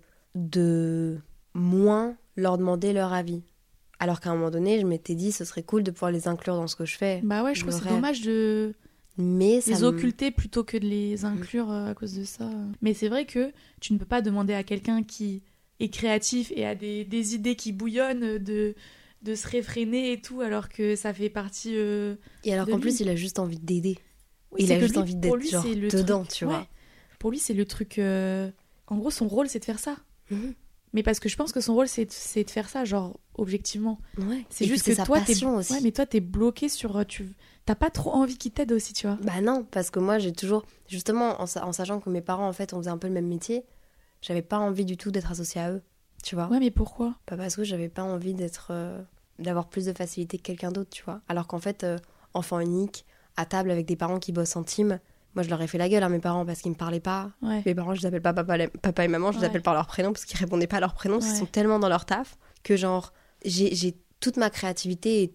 de moins leur demander leur avis. Alors qu'à un moment donné, je m'étais dit ce serait cool de pouvoir les inclure dans ce que je fais. Bah ouais, je trouve que c'est dommage de mais ça les occulter plutôt que de les inclure à cause de ça. Mais c'est vrai que tu ne peux pas demander à quelqu'un qui est créatif et a des idées qui bouillonnent de se réfréner et tout, alors que ça fait partie et alors de qu'en lui. plus, il a juste envie d'aider. Oui, il c'est a que juste lui, envie pour d'être lui, genre c'est le dedans, truc, tu vois. ouais. Pour lui, c'est le truc... En gros, son rôle, c'est de faire ça. Mhm. Mais parce que je pense que son rôle, c'est de faire ça, genre, objectivement. Ouais. C'est Et juste puis que c'est toi, sa passion aussi. Ouais, mais toi, t'es bloqué sur... T'as pas trop envie qu'il t'aide aussi, tu vois. Bah non, parce que moi j'ai toujours, justement en sachant que mes parents en fait on faisait un peu le même métier, j'avais pas envie du tout d'être associée à eux, tu vois. Ouais, mais pourquoi ? Pas parce que j'avais pas envie d'avoir plus de facilité que quelqu'un d'autre, tu vois. Alors qu'en fait, enfant unique, à table avec des parents qui bossent en team, moi je leur ai fait la gueule à mes parents parce qu'ils me parlaient pas. Ouais. Mes parents, je les appelle pas papa et maman, je les Ouais. appelle par leur prénom parce qu'ils répondaient pas à leur prénom, parce qu'ils Ouais. sont tellement dans leur taf que genre j'ai toute ma créativité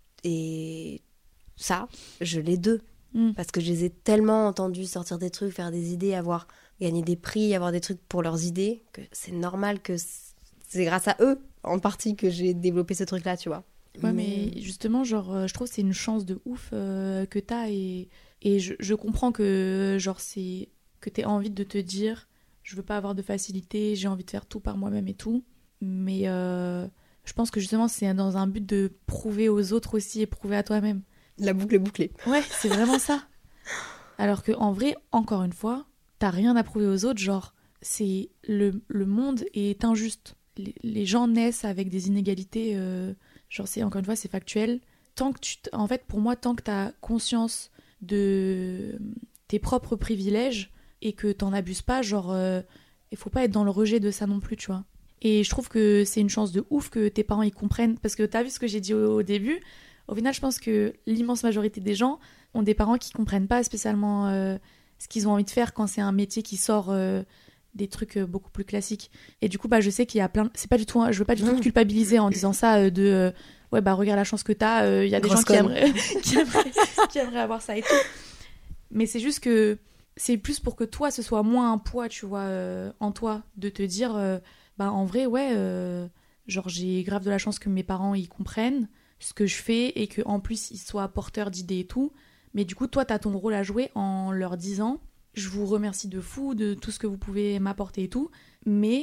et ça, je l'ai d'eux. Parce que je les ai tellement entendus sortir des trucs, faire des idées, avoir gagné des prix, avoir des trucs pour leurs idées, que c'est normal que c'est grâce à eux, en partie, que j'ai développé ce truc-là, tu vois. Ouais, mais justement, genre, je trouve que c'est une chance de ouf que t'as et je comprends que, genre, c'est que t'aies envie de te dire je veux pas avoir de facilité, j'ai envie de faire tout par moi-même et tout. Mais je pense que justement, c'est dans un but de prouver aux autres aussi et prouver à toi-même. La boucle est bouclée. Ouais, c'est vraiment ça. Alors que en vrai, encore une fois, t'as rien à prouver aux autres. Genre, c'est le monde est injuste. Les gens naissent avec des inégalités. Genre, c'est encore une fois, c'est factuel. Tant que en fait, pour moi, tant que t'as conscience de tes propres privilèges et que t'en abuses pas, genre, il faut pas être dans le rejet de ça non plus, tu vois. Et je trouve que c'est une chance de ouf que tes parents y comprennent. Parce que t'as vu ce que j'ai dit au début. Au final, je pense que l'immense majorité des gens ont des parents qui comprennent pas spécialement ce qu'ils ont envie de faire quand c'est un métier qui sort des trucs beaucoup plus classiques. Et du coup, je sais qu'il y a plein... C'est pas du tout, je veux pas du tout te culpabiliser en disant ça ouais, regarde la chance que t'as, y a des gens qui aimeraient avoir ça et tout. Mais c'est juste que c'est plus pour que toi, ce soit moins un poids, tu vois, en toi, de te dire, en vrai, ouais, genre j'ai grave de la chance que mes parents, ils comprennent ce que je fais et qu'en plus ils soient porteurs d'idées et tout. Mais du coup, toi, t'as ton rôle à jouer en leur disant je vous remercie de fou de tout ce que vous pouvez m'apporter et tout, mais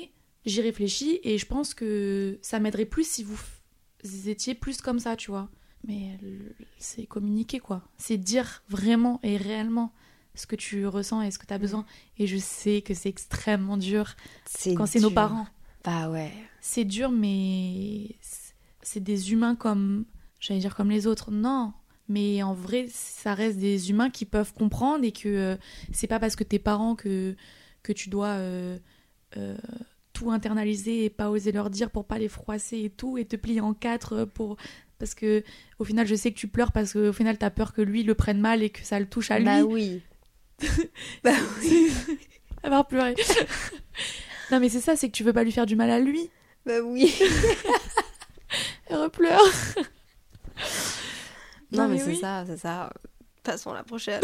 j'y réfléchis et je pense que ça m'aiderait plus si vous étiez plus comme ça, tu vois. Mais c'est communiquer, quoi. C'est dire vraiment et réellement ce que tu ressens et ce que tu as besoin. Et je sais que c'est extrêmement dur quand c'est nos parents. Bah ouais. C'est dur, mais c'est des humains comme... J'allais dire comme les autres. Non. Mais en vrai, ça reste des humains qui peuvent comprendre et que c'est pas parce que t'es parent que tu dois tout internaliser et pas oser leur dire pour pas les froisser et tout et te plier en quatre pour... Parce que au final, je sais que tu pleures parce qu'au final, t'as peur que lui le prenne mal et que ça le touche à lui. Bah oui. Bah oui. Elle va pleurer. Non, mais c'est ça, c'est que tu veux pas lui faire du mal à lui. Bah oui. Elle repleure. Non, mais oui. c'est ça. Passons à la prochaine.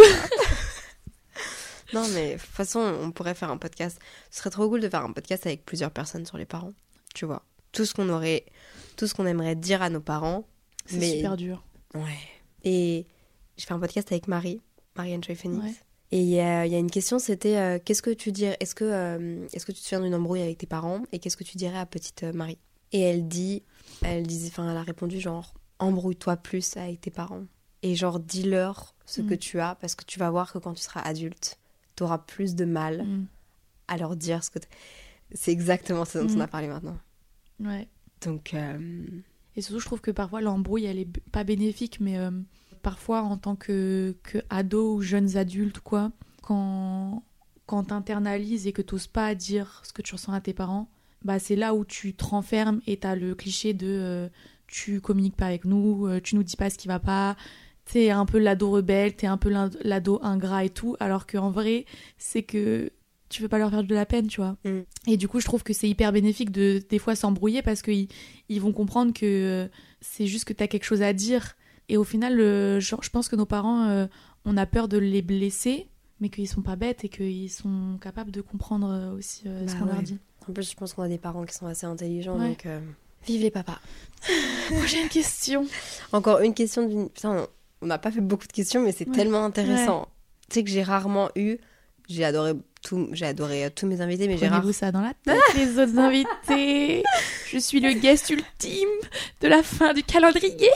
Non, mais de toute façon, on pourrait faire un podcast. Ce serait trop cool de faire un podcast avec plusieurs personnes sur les parents. Tu vois. Tout ce qu'on aimerait dire à nos parents. C'est super dur. Ouais. Et j'ai fait un podcast avec Marianne Choi Phoenix. Ouais. Et il y a une question, c'était qu'est-ce que tu dirais, est-ce que tu te souviens d'une embrouille avec tes parents et qu'est-ce que tu dirais à petite Marie? Et elle a répondu genre embrouille-toi plus avec tes parents et genre dis-leur ce que tu as parce que tu vas voir que quand tu seras adulte, t'auras plus de mal à leur dire ce que c'est exactement ce dont on a parlé maintenant. Ouais. Donc et surtout, je trouve que parfois l'embrouille, elle est pas bénéfique, mais parfois en tant que ado ou jeunes adultes, quoi, quand t'internalises et que t'oses pas dire ce que tu ressens à tes parents, bah c'est là où tu te renfermes et t'as le cliché de tu communiques pas avec nous, tu nous dis pas ce qui va pas, t'es un peu l'ado rebelle, t'es un peu l'ado ingrat et tout, alors qu'en vrai, c'est que tu veux pas leur faire de la peine, tu vois. Et du coup, je trouve que c'est hyper bénéfique de des fois s'embrouiller parce qu'ils vont comprendre que c'est juste que t'as quelque chose à dire. Et au final, je pense que nos parents, on a peur de les blesser, mais qu'ils sont pas bêtes et qu'ils sont capables de comprendre aussi ce qu'on leur dit. En plus, je pense qu'on a des parents qui sont assez intelligents, Ouais. donc vive les papas. Prochaine question. Encore une question d'une... Putain, on n'a pas fait beaucoup de questions, mais c'est tellement intéressant. Ouais. Tu sais que j'ai rarement eu... J'ai adoré tous mes invités, mais Prenez-vous ça dans la tête, les autres invités. Je suis le guest ultime de la fin du calendrier.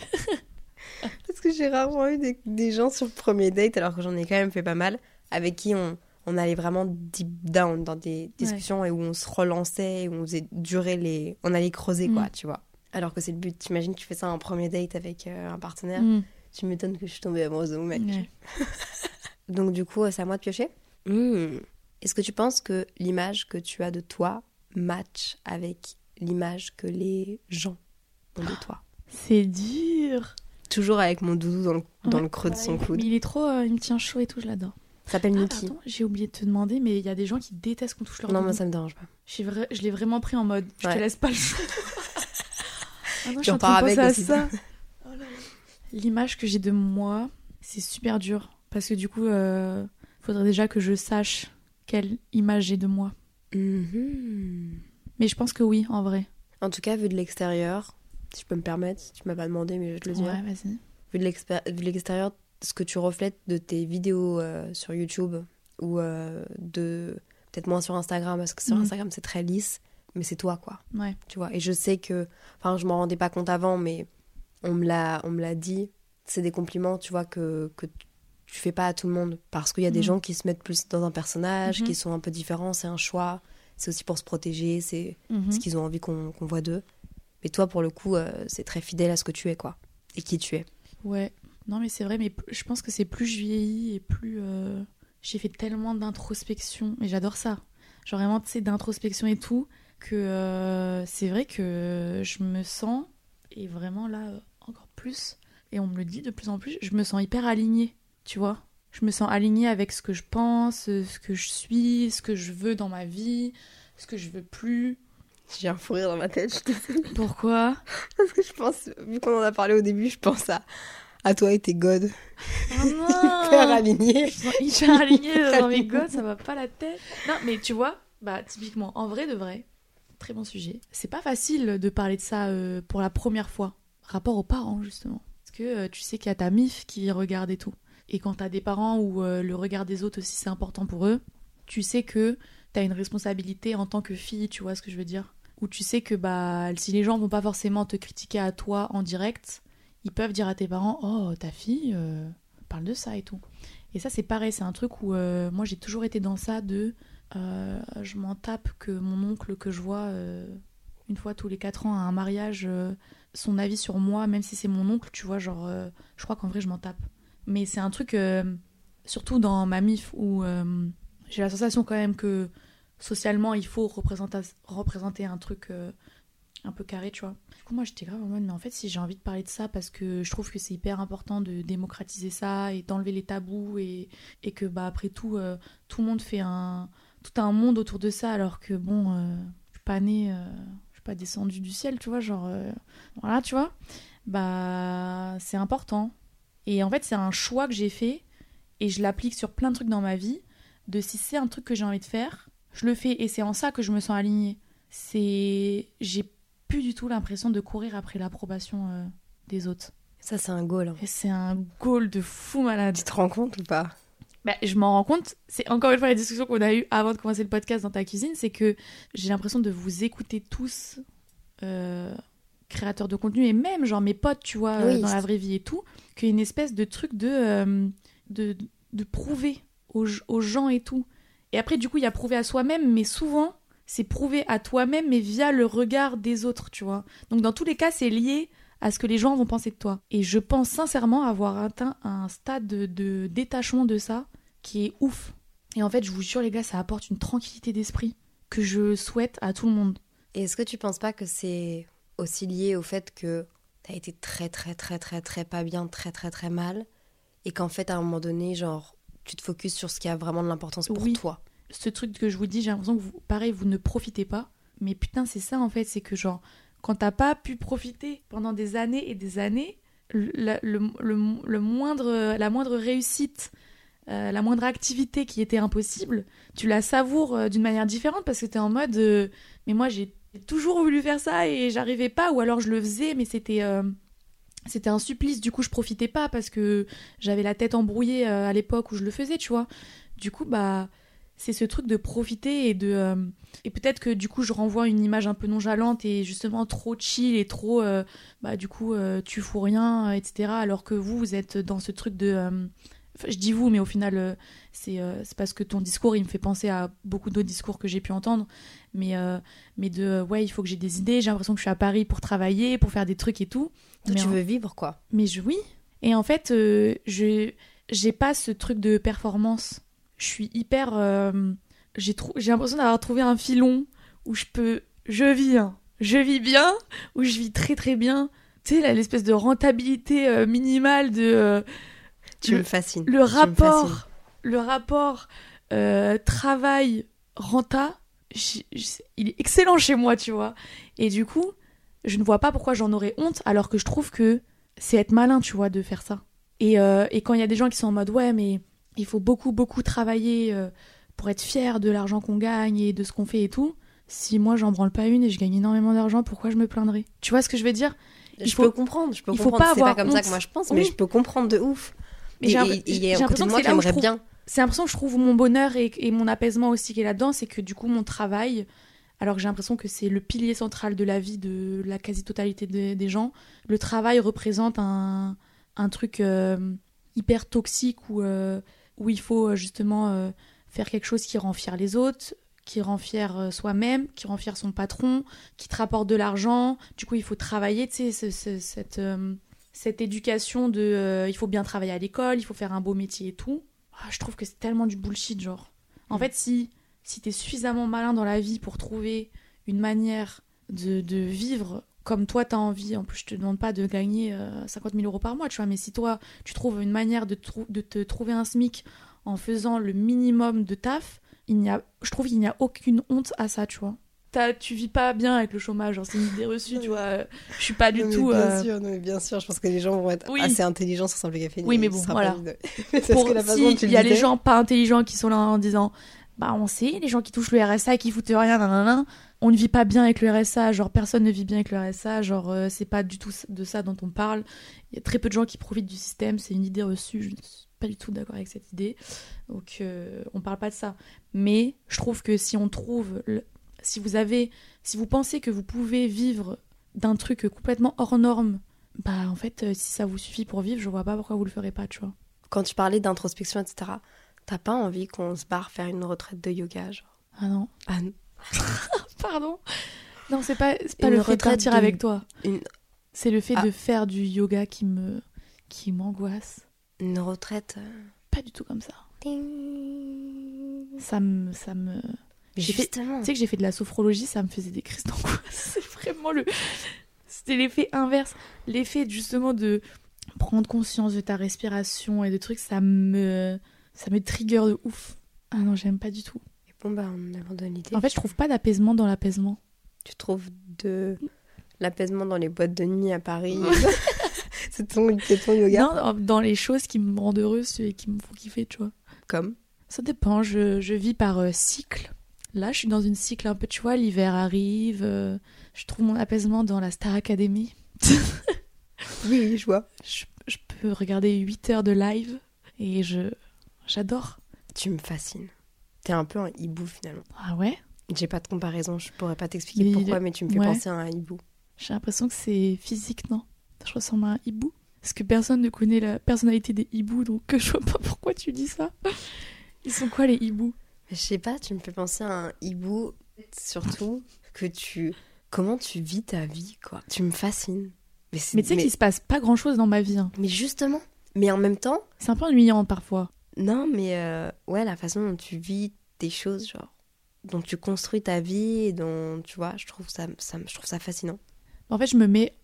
Parce que j'ai rarement eu des gens sur le premier date, alors que j'en ai quand même fait pas mal, avec qui on allait vraiment deep down dans des discussions et où on se relançait, où on faisait durer on allait creuser, quoi, tu vois. Alors que c'est le but. T'imagines, tu fais ça en premier date avec un partenaire. Tu m'étonnes que je suis tombée amoureuse de mon mec. Ouais. Donc du coup, c'est à moi de piocher. Est-ce que tu penses que l'image que tu as de toi match avec l'image que les gens ont de toi? C'est dur. Toujours avec mon doudou dans le creux de son coude. Mais il est trop... il me tient chaud et tout, je l'adore. Ça s'appelle Mickey. Attends, j'ai oublié de te demander, mais il y a des gens qui détestent qu'on touche leur Non, doudou. moi ça me dérange pas. Je l'ai vraiment pris en mode, je te laisse pas le choix. Ah non, je Tu suis en repars train de penser avec à aussi. ça. Oh là là. L'image que j'ai de moi, c'est super dur. Parce que du coup, faudrait déjà que je sache quelle image j'ai de moi. Mais je pense que oui, en vrai. En tout cas, vu de l'extérieur, si je peux me permettre, tu m'as pas demandé, mais je te le dis. Ouais, vas-y. Vu de l'extérieur, ce que tu reflètes de tes vidéos sur YouTube ou peut-être moins sur Instagram, parce que sur Instagram c'est très lisse, mais c'est toi, quoi. Ouais. Tu vois. Et je sais que, enfin, je m'en rendais pas compte avant, mais on me l'a dit. C'est des compliments, tu vois, que tu fais pas à tout le monde, parce qu'il y a des gens qui se mettent plus dans un personnage, qui sont un peu différents, c'est un choix. C'est aussi pour se protéger, c'est ce qu'ils ont envie qu'on voit d'eux. Mais toi, pour le coup, c'est très fidèle à ce que tu es, quoi. Et qui tu es. Ouais. Non, mais c'est vrai, mais je pense que c'est plus je vieillis et plus... J'ai fait tellement d'introspection, et j'adore ça. Genre vraiment, tu sais, d'introspection et tout, que c'est vrai que je me sens, et vraiment là, encore plus, et on me le dit de plus en plus, je me sens hyper alignée, tu vois. Je me sens alignée avec ce que je pense, ce que je suis, ce que je veux dans ma vie, ce que je veux plus. J'ai un fou rire dans ma tête, je te sais. Pourquoi ? Parce que je pense, vu qu'on en a parlé au début, je pense à toi et tes godes. Oh non. Hyper alignés. Je me sens hyper alignée dans mes godes, ça va pas la tête. Non, mais tu vois, bah typiquement, en vrai de vrai, très bon sujet. C'est pas facile de parler de ça pour la première fois, rapport aux parents justement. Parce que tu sais qu'il y a ta MIF qui regarde et tout. Et quand t'as des parents où le regard des autres aussi c'est important pour eux, tu sais que t'as une responsabilité en tant que fille, tu vois ce que je veux dire ? Où tu sais que si les gens vont pas forcément te critiquer à toi en direct, ils peuvent dire à tes parents « Oh, ta fille, parle de ça et tout ». Et ça, c'est pareil, c'est un truc où moi, j'ai toujours été dans ça de... je m'en tape que mon oncle que je vois une fois tous les 4 ans à un mariage, son avis sur moi, même si c'est mon oncle, tu vois, genre, je crois qu'en vrai, je m'en tape. Mais c'est un truc, surtout dans ma MIF, où j'ai la sensation quand même que socialement, il faut représenter un truc un peu carré, tu vois. Du coup, moi, j'étais grave en mode, mais en fait, si j'ai envie de parler de ça, parce que je trouve que c'est hyper important de démocratiser ça et d'enlever les tabous et que, après tout, tout le monde fait tout un monde autour de ça, alors que, bon, je suis pas née, je suis pas descendue du ciel, tu vois, genre, voilà, tu vois. C'est important. Et en fait, c'est un choix que j'ai fait et je l'applique sur plein de trucs dans ma vie, de si c'est un truc que j'ai envie de faire, je le fais et c'est en ça que je me sens alignée. J'ai plus du tout l'impression de courir après l'approbation des autres. Ça, c'est un goal. Hein. Et c'est un goal de fou malade. Tu te rends compte ou pas ? Je m'en rends compte. C'est encore une fois la discussion qu'on a eue avant de commencer le podcast dans ta cuisine, c'est que j'ai l'impression de vous écouter tous, créateurs de contenu, et même genre mes potes, tu vois, dans la vraie vie et tout, qu'il y a une espèce de truc de prouver aux gens et tout. Et après, du coup, il y a prouver à soi-même, mais souvent, c'est prouver à toi-même, mais via le regard des autres, tu vois. Donc, dans tous les cas, c'est lié à ce que les gens vont penser de toi. Et je pense sincèrement avoir atteint un stade de détachement de ça qui est ouf. Et en fait, je vous jure, les gars, ça apporte une tranquillité d'esprit que je souhaite à tout le monde. Et est-ce que tu penses pas que c'est aussi lié au fait que t'as été très, très, très, très, très pas bien, très, très, très mal, et qu'en fait, à un moment donné, genre, tu te focuses sur ce qui a vraiment de l'importance pour toi. Ce truc que je vous dis, j'ai l'impression que vous ne profitez pas. Mais putain, c'est ça en fait, c'est que genre, quand t'as pas pu profiter pendant des années et des années, la moindre réussite, la moindre activité qui était impossible, tu la savoures d'une manière différente parce que t'es en mode, mais moi j'ai toujours voulu faire ça et j'arrivais pas, ou alors je le faisais, mais c'était un supplice, du coup je profitais pas parce que j'avais la tête embrouillée à l'époque où je le faisais, tu vois. Du coup, c'est ce truc de profiter et peut-être que du coup je renvoie une image un peu nonchalante et justement trop chill et trop du coup tu fous rien, etc. Alors que vous êtes dans ce truc de je dis vous, mais au final c'est parce que ton discours il me fait penser à beaucoup d'autres discours que j'ai pu entendre, mais il faut que j'ai des idées, j'ai l'impression que je suis à Paris pour travailler, pour faire des trucs et tout. Toi, tu veux vivre quoi. Mais oui. Et en fait j'ai pas ce truc de performance. Je suis hyper... j'ai l'impression d'avoir trouvé un filon où je vis bien, où je vis très très bien. Tu sais, là, l'espèce de rentabilité minimale de... Tu me fascines. Le rapport travail-renta, il est excellent chez moi, tu vois. Et du coup, je ne vois pas pourquoi j'en aurais honte, alors que je trouve que c'est être malin, tu vois, de faire ça. Et quand il y a des gens qui sont en mode « Ouais, mais... » il faut beaucoup, beaucoup travailler pour être fier de l'argent qu'on gagne et de ce qu'on fait et tout. Si moi, j'en branle pas une et je gagne énormément d'argent, pourquoi je me plaindrais ? Tu vois ce que je veux dire ? Je peux comprendre. Faut pas c'est pas avoir comme honte. ça que moi je pense, mais je peux comprendre de ouf. Mais il y a un côté de moi qui aimerait bien. C'est l'impression que je trouve mon bonheur et mon apaisement aussi qui est là-dedans, c'est que du coup, mon travail, alors que j'ai l'impression que c'est le pilier central de la vie de la quasi-totalité des gens, le travail représente un truc hyper toxique où il faut justement faire quelque chose qui rend fier les autres, qui rend fier soi-même, qui rend fier son patron, qui te rapporte de l'argent. Du coup, il faut travailler, tu sais, cette éducation de il faut bien travailler à l'école, il faut faire un beau métier et tout. Je trouve que c'est tellement du bullshit, genre. En fait, si t'es suffisamment malin dans la vie pour trouver une manière de vivre comme toi t'as envie, en plus je te demande pas de gagner 50 000 euros par mois, tu vois, mais si toi tu trouves une manière de te trouver un SMIC en faisant le minimum de taf, je trouve qu'il n'y a aucune honte à ça, tu vois. Tu vis pas bien avec le chômage, genre, c'est une idée reçue, tu vois. Je suis pas du tout... Bien sûr, je pense que les gens vont être assez intelligents sur Simple Café. Oui, mais bon, voilà. Il y a les gens pas intelligents qui sont là en disant on sait, les gens qui touchent le RSA, qui foutent rien, nanana, on ne vit pas bien avec le RSA, genre personne ne vit bien avec le RSA, genre c'est pas du tout de ça dont on parle. Il y a très peu de gens qui profitent du système, c'est une idée reçue, je ne suis pas du tout d'accord avec cette idée. Donc, on parle pas de ça. Mais je trouve que si on trouve... Si vous pensez que vous pouvez vivre d'un truc complètement hors norme, bah en fait, si ça vous suffit pour vivre, je vois pas pourquoi vous le ferez pas, tu vois. Quand tu parlais d'introspection, etc., t'as pas envie qu'on se barre faire une retraite de yoga, genre? Ah non. Ah non. Pardon. Non, c'est pas Une le fait de retraite partir de- avec toi. Une, C'est le fait Ah. de faire du yoga qui m'angoisse. une retraite... Pas du tout comme ça. Ding. Ça me... J'ai fait- Justement. Tu sais que j'ai fait de la sophrologie, ça me faisait des crises d'angoisse. C'est vraiment C'était l'effet inverse. L'effet justement de prendre conscience de ta respiration et de trucs, ça me trigger de ouf. Ah non, j'aime pas du tout. Et bon, bah, on abandonne l'idée. En fait, je trouve pas d'apaisement dans l'apaisement. Tu trouves de l'apaisement dans les boîtes de nuit à Paris. c'est ton yoga. Non, dans les choses qui me rendent heureuse et qui me font kiffer, tu vois. Comme. Ça dépend, je vis par cycle. Là, je suis dans une cycle un peu, tu vois, l'hiver arrive, je trouve mon apaisement dans la Star Academy. Oui, je vois. Je peux regarder 8 heures de live et j'adore. Tu me fascines. T'es un peu un hibou finalement. Ah ouais? J'ai pas de comparaison, je pourrais pas t'expliquer Mais pourquoi, mais tu me fais ouais. penser à un hibou. J'ai l'impression que c'est physique, non? Je ressemble à un hibou. Parce que personne ne connaît la personnalité des hiboux, donc je vois pas pourquoi tu dis ça. Ils sont quoi les hiboux? Je sais pas, tu me fais penser à un hibou, surtout comment tu vis ta vie, quoi. Tu me fascines. Mais tu sais qu'il se passe pas grand chose dans ma vie. Hein. Mais justement, mais en même temps, C'est un peu ennuyant parfois. non, mais ouais, la façon dont tu vis des choses, genre, dont tu construis ta vie, et dont, tu vois, je trouve ça fascinant. En fait, je me mets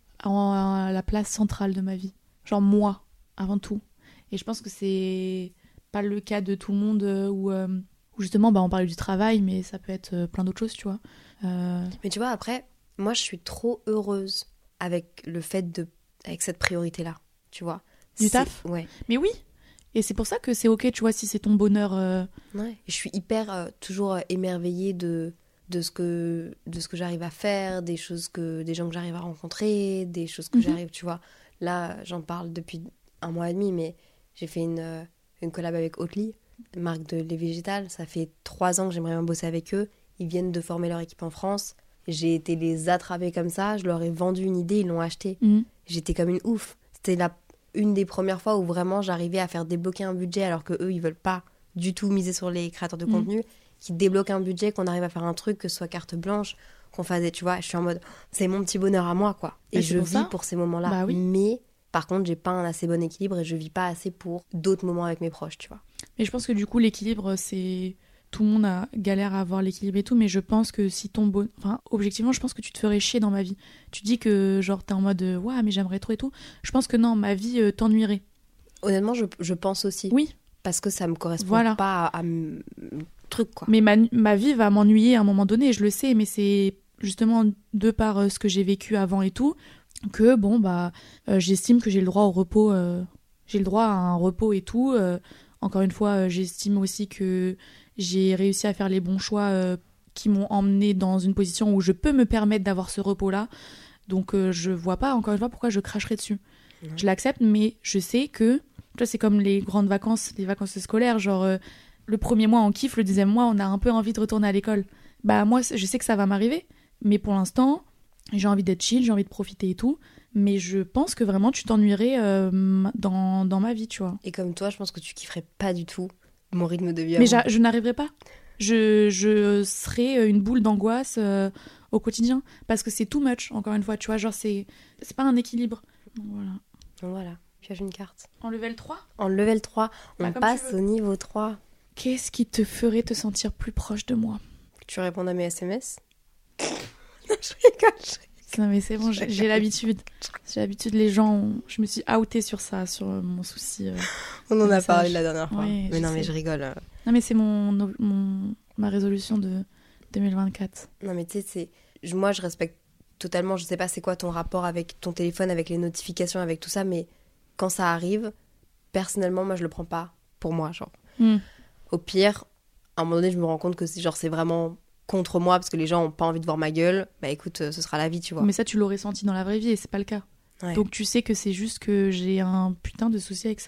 à la place centrale de ma vie. Genre moi, avant tout. Et je pense que c'est pas le cas de tout le monde où justement, bah, on parlait du travail, mais ça peut être plein d'autres choses, tu vois. Mais tu vois, après, moi, je suis trop heureuse avec le fait avec cette priorité-là, tu vois. Du taf ? Ouais. Mais oui. Et c'est pour ça que c'est ok, tu vois, si c'est ton bonheur. Ouais. Et je suis hyper toujours émerveillée de ce que j'arrive à faire, des gens que j'arrive à rencontrer, des choses que j'arrive, tu vois. Là, j'en parle depuis 1 mois et demi, mais j'ai fait une collab avec Oatly, marque de lait végétal. Ça fait 3 ans que j'aimerais bien bosser avec eux. Ils viennent de former leur équipe en France. J'ai été les attraper comme ça. Je leur ai vendu une idée, ils l'ont achetée. J'étais comme une ouf. C'était une des premières fois où vraiment j'arrivais à faire débloquer un budget alors que eux ils veulent pas du tout miser sur les créateurs de contenu, qui débloquent un budget, qu'on arrive à faire un truc, que ce soit carte blanche, qu'on fasse tu vois, je suis en mode c'est mon petit bonheur à moi, quoi. Et je vis pour ces moments-là. Bah oui. Mais par contre, j'ai pas un assez bon équilibre et je vis pas assez pour d'autres moments avec mes proches, tu vois. Mais je pense que du coup, l'équilibre, c'est... Tout le monde galère à avoir l'équilibre et tout, mais je pense que si ton bon... Enfin, objectivement, je pense que tu te ferais chier dans ma vie. Tu dis que, genre, t'es en mode « Ouais, mais j'aimerais trop et tout ». Je pense que non, ma vie t'ennuierait. Honnêtement, je pense aussi. Oui. Parce que ça me correspond Voilà. pas à truc, quoi. Mais ma vie va m'ennuyer à un moment donné, je le sais, mais c'est justement de par ce que j'ai vécu avant et tout, que, bon, bah, j'estime que j'ai le droit au repos, j'ai le droit à un repos et tout. Encore une fois, j'estime aussi que j'ai réussi à faire les bons choix qui m'ont emmené dans une position où je peux me permettre d'avoir ce repos-là. Donc je vois pas, encore une fois, pourquoi je cracherais dessus. Je l'accepte, mais je sais que, tu vois, c'est comme les grandes vacances, les vacances scolaires, genre le premier mois on kiffe, le deuxième mois on a un peu envie de retourner à l'école. Bah moi, je sais que ça va m'arriver, mais pour l'instant, j'ai envie d'être chill, j'ai envie de profiter et tout. Mais je pense que vraiment tu t'ennuierais dans ma vie, tu vois. Et comme toi, je pense que tu kifferais pas du tout mon rythme de vie. Mais je n'arriverai pas. Je serai une boule d'angoisse au quotidien. Parce que c'est too much, encore une fois. Tu vois, genre, c'est pas un équilibre. Donc voilà. Donc voilà, pioche une carte. En level 3 ? En level 3, Bah, on comme passe tu veux. au niveau 3. Qu'est-ce qui te ferait te sentir plus proche de moi ? Que tu répondes à mes SMS. Je rigole. Non mais c'est bon, j'ai l'habitude. J'ai l'habitude, les gens... Je me suis outée sur ça, sur mon souci. On en a message. parlé la dernière fois. Oui, mais je non, mais sais. je rigole. Non mais c'est ma résolution de 2024. Non, mais tu sais, moi, je respecte totalement. Je sais pas c'est quoi ton rapport avec ton téléphone, avec les notifications, avec tout ça, mais quand ça arrive, personnellement, moi, je le prends pas pour moi, genre. Au pire, à un moment donné, je me rends compte que c'est vraiment contre moi parce que les gens ont pas envie de voir ma gueule. Bah écoute, ce sera la vie, tu vois. Mais ça, tu l'aurais senti dans la vraie vie et c'est pas le cas. Ouais. Donc tu sais que c'est juste que j'ai un putain de souci avec ça.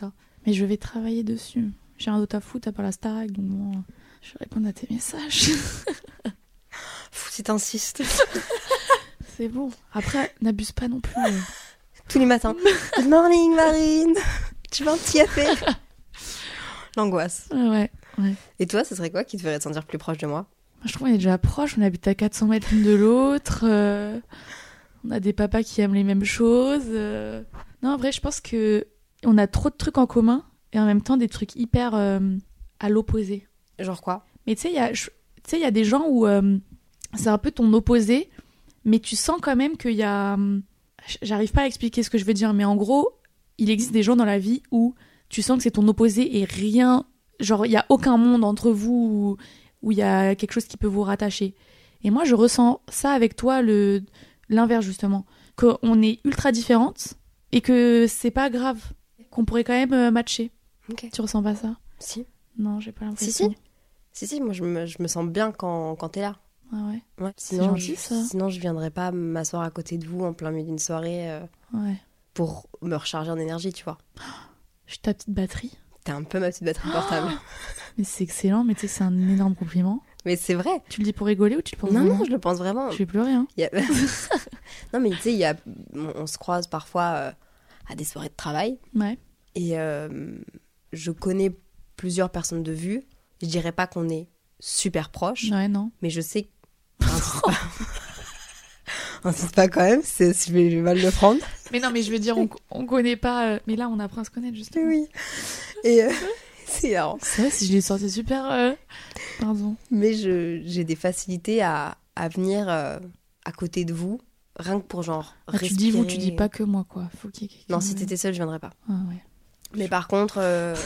Mais je vais travailler dessus. J'ai rien d'autre à foutre à part la Starac, donc bon, je vais répondre à tes messages. Si t'insistes. C'est bon. Après, n'abuse pas non plus. Tous les matins. Good morning, Marine. Tu veux un petit café? L'angoisse. Ouais. Et toi, ce serait quoi qui te ferait te sentir plus proche de moi? Je trouve qu'on est déjà proches, on habite à 400 mètres l'une de l'autre, on a des papas qui aiment les mêmes choses. Non, en vrai, je pense que on a trop de trucs en commun et en même temps des trucs hyper à l'opposé. Genre quoi? Mais tu sais, il y a des gens où c'est un peu ton opposé, mais tu sens quand même qu'il y a... J'arrive pas à expliquer ce que je veux dire, mais en gros, il existe des gens dans la vie où tu sens que c'est ton opposé et rien... Genre, il y a aucun monde entre vous où il y a quelque chose qui peut vous rattacher. Et moi, je ressens ça avec toi, l'inverse justement. Qu'on est ultra différentes et que c'est pas grave. Qu'on pourrait quand même matcher. Ok. Tu ressens pas ça? Si. Non, j'ai pas l'impression. Si, moi je me sens bien quand t'es là. Ah ouais? Ouais. C'est gentil, ça. Sinon, je viendrais pas m'asseoir à côté de vous en plein milieu d'une soirée Ouais. pour me recharger en énergie, tu vois. Je suis ta petite batterie. T'es un peu ma petite batterie portable. Mais c'est excellent, mais tu sais que c'est un énorme compliment. Mais c'est vrai. Tu le dis pour rigoler ou tu le penses Non, vraiment? non, je le pense vraiment. Je vais pleurer, hein. Non, mais tu sais, on se croise parfois à des soirées de travail. Ouais. Et je connais plusieurs personnes de vue. Je dirais pas qu'on est super proches. Ouais, non. Mais je sais... Insiste pas quand même, je vais mal le prendre. Mais non, mais je veux dire, on connaît pas... Mais là, on apprend à se connaître, justement. Oui. Et c'est marrant. C'est vrai, si je l'ai sorti super... Pardon. Mais j'ai des facilités à venir à côté de vous, rien que pour genre respirer. Tu dis vous, tu dis pas que moi, quoi. Faut qu'il y ait quelqu'un. Non, si t'étais seule, je viendrais pas. Ah ouais. Mais par contre...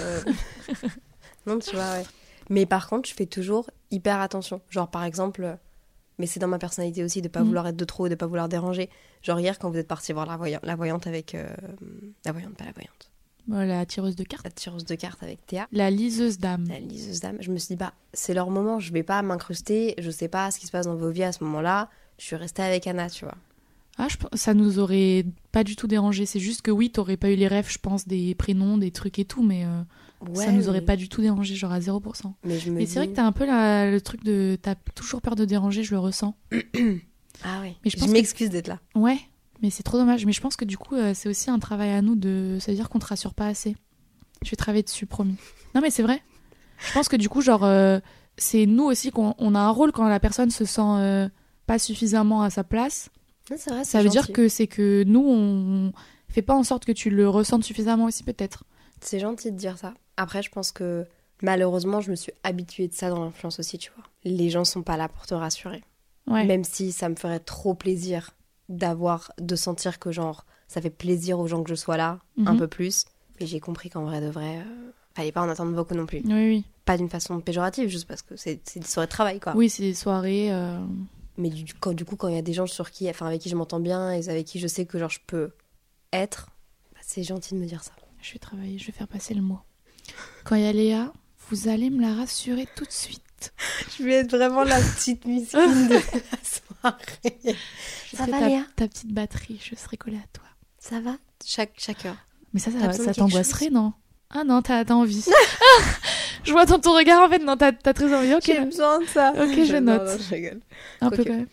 non, tu vois, ouais. Mais par contre, je fais toujours hyper attention. Genre, par exemple... Mais c'est dans ma personnalité aussi de pas vouloir être de trop, de pas vouloir déranger. Genre hier, quand vous êtes parti voir la voyante avec... La voyante, pas la voyante. Bon, la tireuse de cartes. La tireuse de cartes avec Théa. La liseuse d'âme. La liseuse d'âme. Je me suis dit, c'est leur moment, je vais pas m'incruster, je sais pas ce qui se passe dans vos vies à ce moment-là. Je suis restée avec Anna, tu vois. Ah, ça nous aurait pas du tout dérangé. C'est juste que oui, t'aurais pas eu les refs, je pense, des prénoms, des trucs et tout, mais ça nous aurait pas du tout dérangé, genre à 0%. Mais c'est vrai que t'as un peu le truc de... T'as toujours peur de déranger, je le ressens. Ah ouais. Mais je m'excuse d'être là. Ouais, mais c'est trop dommage. Mais je pense que du coup, c'est aussi un travail à nous de... Ça veut dire qu'on te rassure pas assez. Je vais travailler dessus, promis. Non, mais c'est vrai. Je pense que du coup, genre, c'est nous aussi qu'on a un rôle quand la personne se sent pas suffisamment à sa place. Non, c'est vrai, ça veut dire que c'est que nous, on fait pas en sorte que tu le ressentes suffisamment aussi, peut-être. C'est gentil de dire ça. Après, je pense que malheureusement, je me suis habituée de ça dans l'influence aussi, tu vois. Les gens sont pas là pour te rassurer. Ouais. Même si ça me ferait trop plaisir de sentir que genre, ça fait plaisir aux gens que je sois là, un peu plus. Mais j'ai compris qu'en vrai de vrai, fallait pas en attendre beaucoup non plus. Oui. Pas d'une façon péjorative, juste parce que c'est des soirées de travail, quoi. Oui, c'est des soirées... Mais du coup, quand il y a des gens avec qui je m'entends bien et avec qui je sais que genre je peux être, c'est gentil de me dire ça. Je vais travailler, je vais faire passer le mot. Quand il y a Léa, vous allez me la rassurer tout de suite. Je vais être vraiment la petite miskine de la soirée. Ça va, Léa? Ta petite batterie, je serai collée à toi. Ça va? Chaque heure. Mais ça t'angoisserait, non? Ah non, t'as envie. Je vois dans ton regard, en fait, non, t'as très envie. Okay. J'ai besoin de ça. Ok, je note. Non, je rigole. Un peu quand même.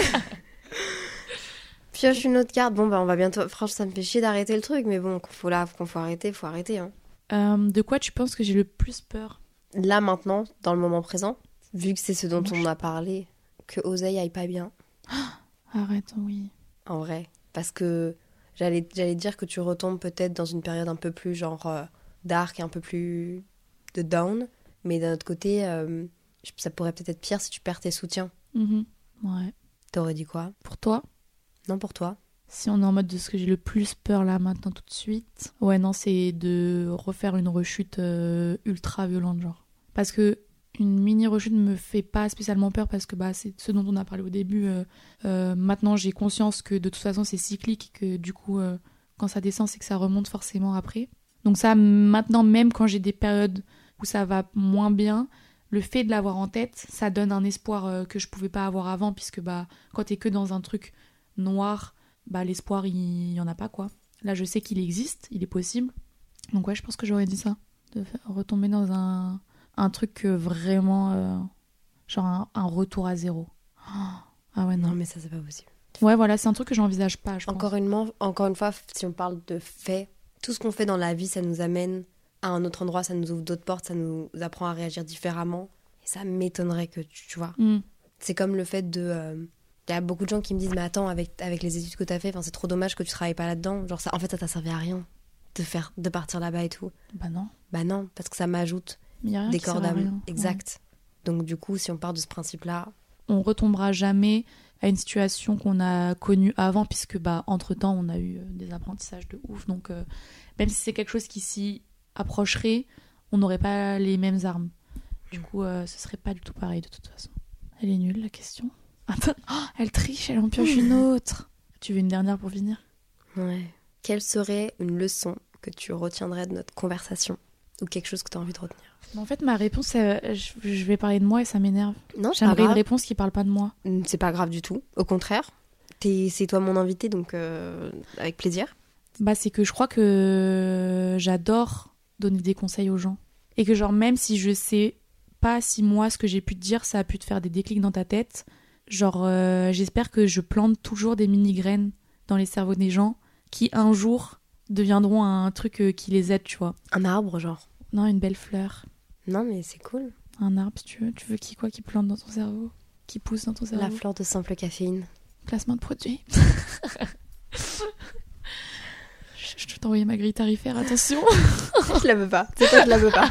Pioche une autre carte. Bon, on va bientôt... Franchement, ça me fait chier d'arrêter le truc, mais bon, faut arrêter, faut arrêter. Hein. De quoi tu penses que j'ai le plus peur? Là, maintenant, dans le moment présent, vu que c'est ce dont on a parlé, que Oseille aille pas bien. Arrête, oui. En vrai. Parce que j'allais dire que tu retombes peut-être dans une période un peu plus genre dark, un peu plus de down. Mais d'un autre côté, ça pourrait peut-être être pire si tu perds tes soutiens. Ouais. T'aurais dit quoi? Pour toi? Non, pour toi? Si on est en mode de ce que j'ai le plus peur là maintenant tout de suite, ouais non, c'est de refaire une rechute ultra violente genre. Parce que une mini rechute me fait pas spécialement peur parce que c'est ce dont on a parlé au début. Maintenant j'ai conscience que de toute façon c'est cyclique, que du coup quand ça descend c'est que ça remonte forcément après. Donc ça maintenant, même quand j'ai des périodes où ça va moins bien, le fait de l'avoir en tête, ça donne un espoir que je pouvais pas avoir avant, puisque quand t'es que dans un truc noir, l'espoir il y en a pas quoi. Là je sais qu'il existe, il est possible, Donc ouais, je pense que j'aurais dit ça. Retomber dans un truc vraiment... genre un retour à zéro. Ah ouais, non. Non, mais ça, c'est pas possible. Ouais, voilà, c'est un truc que j'envisage pas, je pense. Encore une fois, si on parle de faits, tout ce qu'on fait dans la vie, ça nous amène à un autre endroit, ça nous ouvre d'autres portes, ça nous apprend à réagir différemment. Et ça m'étonnerait que tu vois. C'est comme le fait de... Il y a beaucoup de gens qui me disent, mais attends, avec les études que t'as fait, c'est trop dommage que tu travailles pas là-dedans. Genre, ça, en fait, ça t'a servi à rien de partir là-bas et tout. Bah non. Bah non, parce que ça m'ajoute des cordes à rien. Exact. Ouais. Donc du coup, si on part de ce principe-là... On retombera jamais à une situation qu'on a connue avant, puisque entre-temps, on a eu des apprentissages de ouf. Donc même si c'est quelque chose qui s'y approcherait, on n'aurait pas les mêmes armes. Du coup, ce serait pas du tout pareil de toute façon. Elle est nulle, la question. Attends, elle triche, elle en pioche une autre. Tu veux une dernière pour finir ? Ouais. Quelle serait une leçon que tu retiendrais de notre conversation ? Ou quelque chose que tu as envie de retenir ? En fait, ma réponse, je vais parler de moi et ça m'énerve. Non, j'aimerais une réponse qui parle pas de moi. C'est pas grave du tout. Au contraire, c'est toi mon invité, donc avec plaisir. C'est que je crois que j'adore donner des conseils aux gens. Et que genre, même si je sais pas si moi, ce que j'ai pu te dire, ça a pu te faire des déclics dans ta tête, genre, j'espère que je plante toujours des mini-graines dans les cerveaux des gens qui, un jour, deviendront un truc qui les aide, tu vois. Un arbre, genre ? Non, une belle fleur. Non, mais c'est cool. Un arbre, si tu veux. Tu veux qui plante dans ton cerveau ? Qui pousse dans ton cerveau ? La fleur de simple caféine. Placement de produit. Je vais t'envoyer ma grille tarifaire, attention. Je la veux pas. C'est toi, je la veux pas.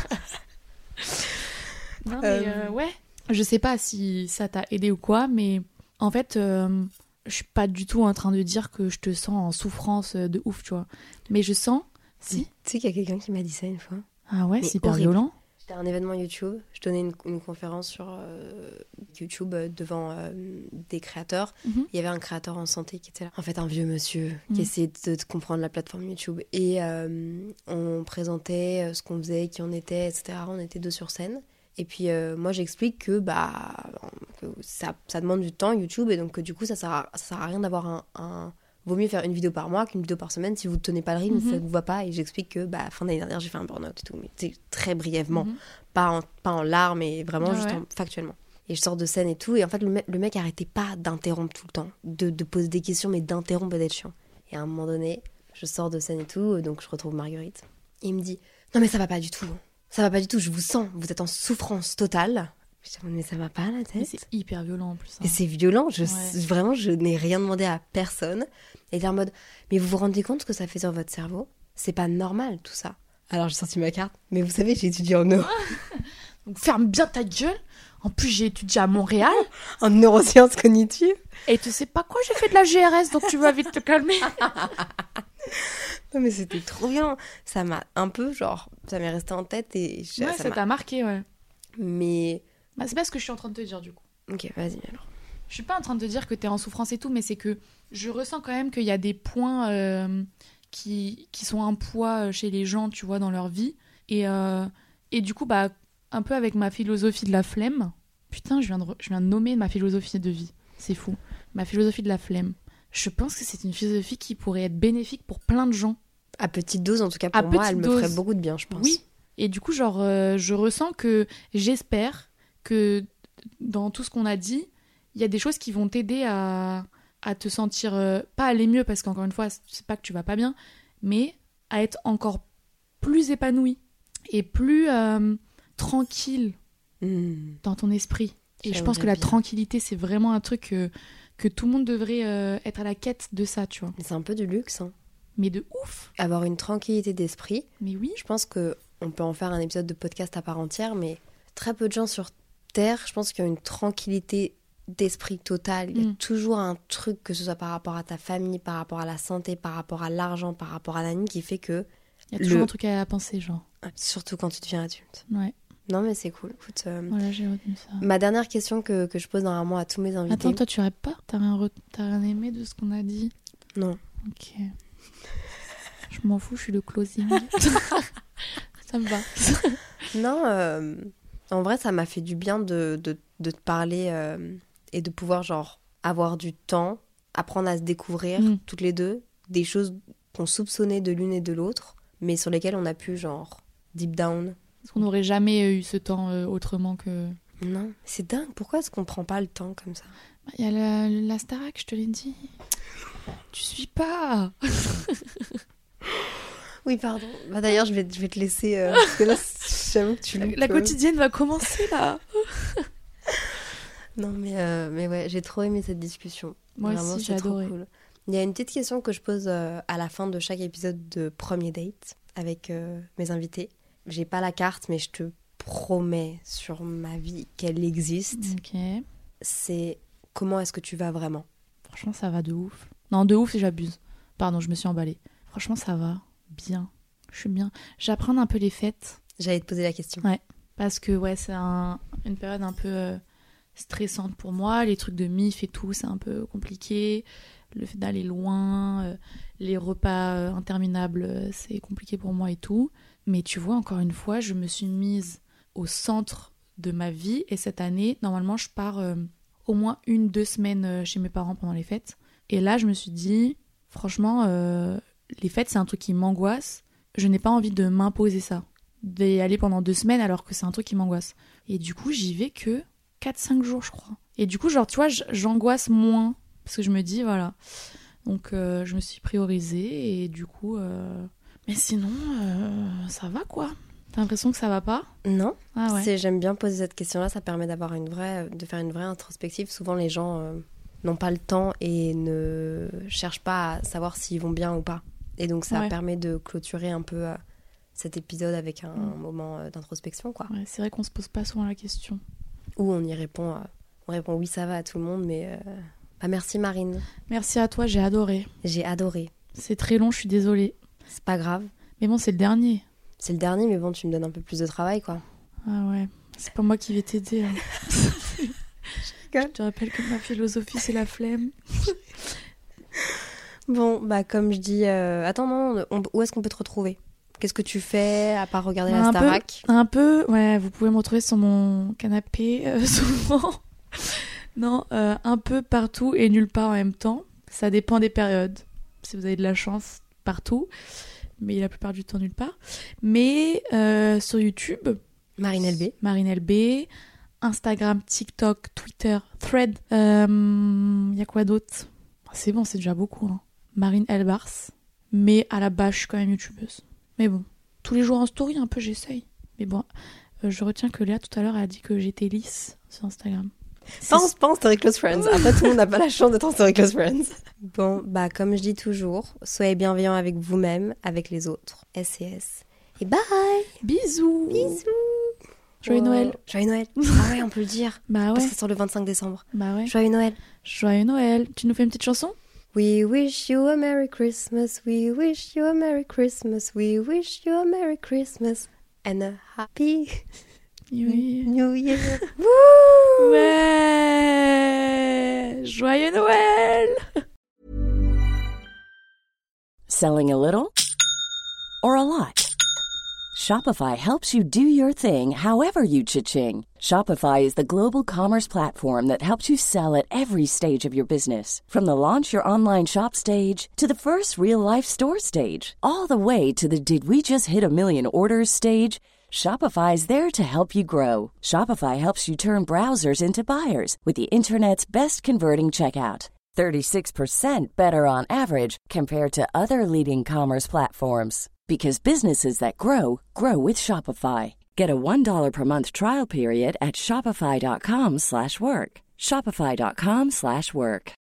Non, mais ouais. Je sais pas si ça t'a aidé ou quoi, mais en fait, je suis pas du tout en train de dire que je te sens en souffrance de ouf, tu vois. Mais je sens... Si. Tu sais qu'il y a quelqu'un qui m'a dit ça une fois. Ah ouais, mais c'est hyper horrible. violent. J'étais à un événement YouTube, je donnais une conférence sur YouTube devant des créateurs. Il y avait un créateur en santé qui était là. En fait, un vieux monsieur qui essayait de comprendre la plateforme YouTube. Et on présentait ce qu'on faisait, qui on était, etc. On était 2 sur scène. Et puis moi, j'explique que, que ça demande du temps, YouTube, et donc que du coup, ça sert à rien d'avoir un... Vaut mieux faire une vidéo par mois qu'une vidéo par semaine si vous ne tenez pas le rythme, ça ne vous va pas. Et j'explique que fin d'année dernière, j'ai fait un burn-out et tout, mais très brièvement, pas en larmes, mais vraiment factuellement. Et je sors de scène et tout, et en fait, le mec arrêtait pas d'interrompre tout le temps, de poser des questions, mais d'interrompre et d'être chiant. Et à un moment donné, je sors de scène et tout, donc je retrouve Marguerite. Et il me dit « Non mais ça va pas du tout, je vous sens, vous êtes en souffrance totale. » Je dis, mais ça va pas la tête. Mais c'est hyper violent en plus. Et c'est violent, vraiment, je n'ai rien demandé à personne. Et t'es en mode, mais vous vous rendez compte ce que ça fait sur votre cerveau ? C'est pas normal tout ça. Alors j'ai sorti ma carte, mais vous savez, j'ai étudié en neuro. Donc ferme bien ta gueule. En plus, j'ai étudié à Montréal. En neurosciences cognitives. Et tu sais pas quoi, j'ai fait de la GRS, donc tu vas vite te calmer. Non mais c'était trop bien. Ça m'a un peu, ça m'est resté en tête et... ça t'a marqué, ouais. Mais... c'est pas ce que je suis en train de te dire, du coup. Ok, vas-y alors. Je suis pas en train de te dire que t'es en souffrance et tout, mais c'est que je ressens quand même qu'il y a des points qui sont un poids chez les gens, tu vois, dans leur vie. Et du coup, un peu avec ma philosophie de la flemme. Putain, je viens de nommer ma philosophie de vie. C'est fou. Ma philosophie de la flemme. Je pense que c'est une philosophie qui pourrait être bénéfique pour plein de gens. À petite dose, en tout cas, pour moi, elle me ferait beaucoup de bien, je pense. Oui. Et du coup, je ressens que j'espère que dans tout ce qu'on a dit, il y a des choses qui vont t'aider à te sentir, pas aller mieux, parce qu'encore une fois, c'est pas que tu vas pas bien, mais à être encore plus épanoui et plus tranquille dans ton esprit. Et je pense que la tranquillité, c'est vraiment un truc que tout le monde devrait être à la quête de ça, tu vois. C'est un peu du luxe, hein. Mais de ouf. Avoir une tranquillité d'esprit. Mais oui. Je pense qu'on peut en faire un épisode de podcast à part entière, mais très peu de gens sur Terre, je pense qu'il y a une tranquillité d'esprit totale. Il y a toujours un truc, que ce soit par rapport à ta famille, par rapport à la santé, par rapport à l'argent, par rapport à la nuit, qui fait que... Il y a toujours un truc à penser, genre. Surtout quand tu deviens adulte. Ouais. Non, mais c'est cool. Écoute, voilà, j'ai retenu ça. Ma dernière question que je pose normalement à tous mes invités... Attends, toi, tu rêves pas ? T'as rien aimé de ce qu'on a dit ? Non. Ok. Je m'en fous, je suis le closing. Ça me va. Non, en vrai, ça m'a fait du bien de te parler et de pouvoir, avoir du temps, apprendre à se découvrir toutes les deux, des choses qu'on soupçonnait de l'une et de l'autre, mais sur lesquels on a pu, genre, deep down. Parce qu'on n'aurait jamais eu ce temps autrement que... Non, c'est dingue. Pourquoi est-ce qu'on prend pas le temps comme ça? Il y a la Starac, je te l'ai dit. Tu suis pas. Oui, pardon. Bah, d'ailleurs, je vais te laisser... parce que là, j'avoue que tu... La quotidienne va commencer, là. Non, mais ouais, j'ai trop aimé cette discussion. Moi Vraiment, aussi, j'ai adoré. Cool. Il y a une petite question que je pose à la fin de chaque épisode de Premier Date avec mes invités. J'ai pas la carte, mais je te promets sur ma vie qu'elle existe. Ok. C'est comment est-ce que tu vas vraiment? Franchement, ça va de ouf. Non, de ouf si j'abuse. Pardon, je me suis emballée. Franchement, ça va bien. Je suis bien. J'apprends un peu les fêtes. J'allais te poser la question. Ouais. Parce que ouais, c'est une période un peu stressante pour moi. Les trucs de MIF et tout, c'est un peu compliqué. Le fait d'aller loin, les repas interminables, c'est compliqué pour moi et tout. Mais tu vois, encore une fois, je me suis mise au centre de ma vie. Et cette année, normalement, je pars au moins 1-2 semaines chez mes parents pendant les fêtes. Et là, je me suis dit, franchement, les fêtes, c'est un truc qui m'angoisse. Je n'ai pas envie de m'imposer ça. D'y aller pendant 2 semaines alors que c'est un truc qui m'angoisse. Et du coup, j'y vais que 4-5 jours, je crois. Et du coup, genre, tu vois, j'angoisse moins. Parce que je me dis, voilà. Donc, je me suis priorisée et du coup... Mais sinon, ça va, quoi. T'as l'impression que ça va pas? Non. Ah ouais. J'aime bien poser cette question-là. Ça permet d'avoir de faire une vraie introspective. Souvent, les gens n'ont pas le temps et ne cherchent pas à savoir s'ils vont bien ou pas. Et donc, ça permet de clôturer un peu cet épisode avec un moment d'introspection, quoi. Ouais, c'est vrai qu'on se pose pas souvent la question. Ou on y répond... on répond oui, ça va à tout le monde, mais... merci, Marine. Merci à toi, j'ai adoré. J'ai adoré. C'est très long, je suis désolée. C'est pas grave. Mais bon, c'est le dernier. C'est le dernier, mais bon, tu me donnes un peu plus de travail, quoi. Ah ouais, c'est pas moi qui vais t'aider. Hein. Je te rappelle que ma philosophie, c'est la flemme. Bon, bah comme je dis... Attends, non, où est-ce qu'on peut te retrouver? Qu'est-ce que tu fais à part regarder la Starac? Ouais, vous pouvez me retrouver sur mon canapé, souvent. Non, un peu partout et nulle part en même temps. Ça dépend des périodes. Si vous avez de la chance, partout. Mais la plupart du temps, nulle part. Mais sur YouTube... Marine LB. Marine LB. Instagram, TikTok, Twitter, Thread. Y a quoi d'autre? C'est bon, c'est déjà beaucoup. Hein. Marine Elbars. Mais à la base, je suis quand même youtubeuse. Mais bon, tous les jours en story, un peu, j'essaye. Mais bon, je retiens que Léa, tout à l'heure, elle a dit que j'étais lisse sur Instagram. Pense Story Close Friends. Après, tout le monde n'a pas la chance d'être en Story Close Friends. Bon, bah, comme je dis toujours, soyez bienveillants avec vous-même, avec les autres. SCS. Et bye! Bisous! Bisous! Joyeux Noël! Joyeux Noël! Ah ouais, on peut le dire. Bah ouais. Parce que ça sort le 25 décembre. Bah ouais. Joyeux Noël! Joyeux Noël! Tu nous fais une petite chanson? We wish you a Merry Christmas, we wish you a Merry Christmas, we wish you a Merry Christmas and a Happy New Year. Woo! Ouais! Joyeux Noël! Selling a little or a lot? Shopify helps you do your thing however you cha-ching. Shopify is the global commerce platform that helps you sell at every stage of your business. From the launch your online shop stage to the first real-life store stage, all the way to the did we just hit a million orders stage. Shopify is there to help you grow. Shopify helps you turn browsers into buyers with the internet's best converting checkout. 36% better on average compared to other leading commerce platforms. Because businesses that grow, grow with Shopify. Get a $1 per month trial period at shopify.com/work. Shopify.com/work.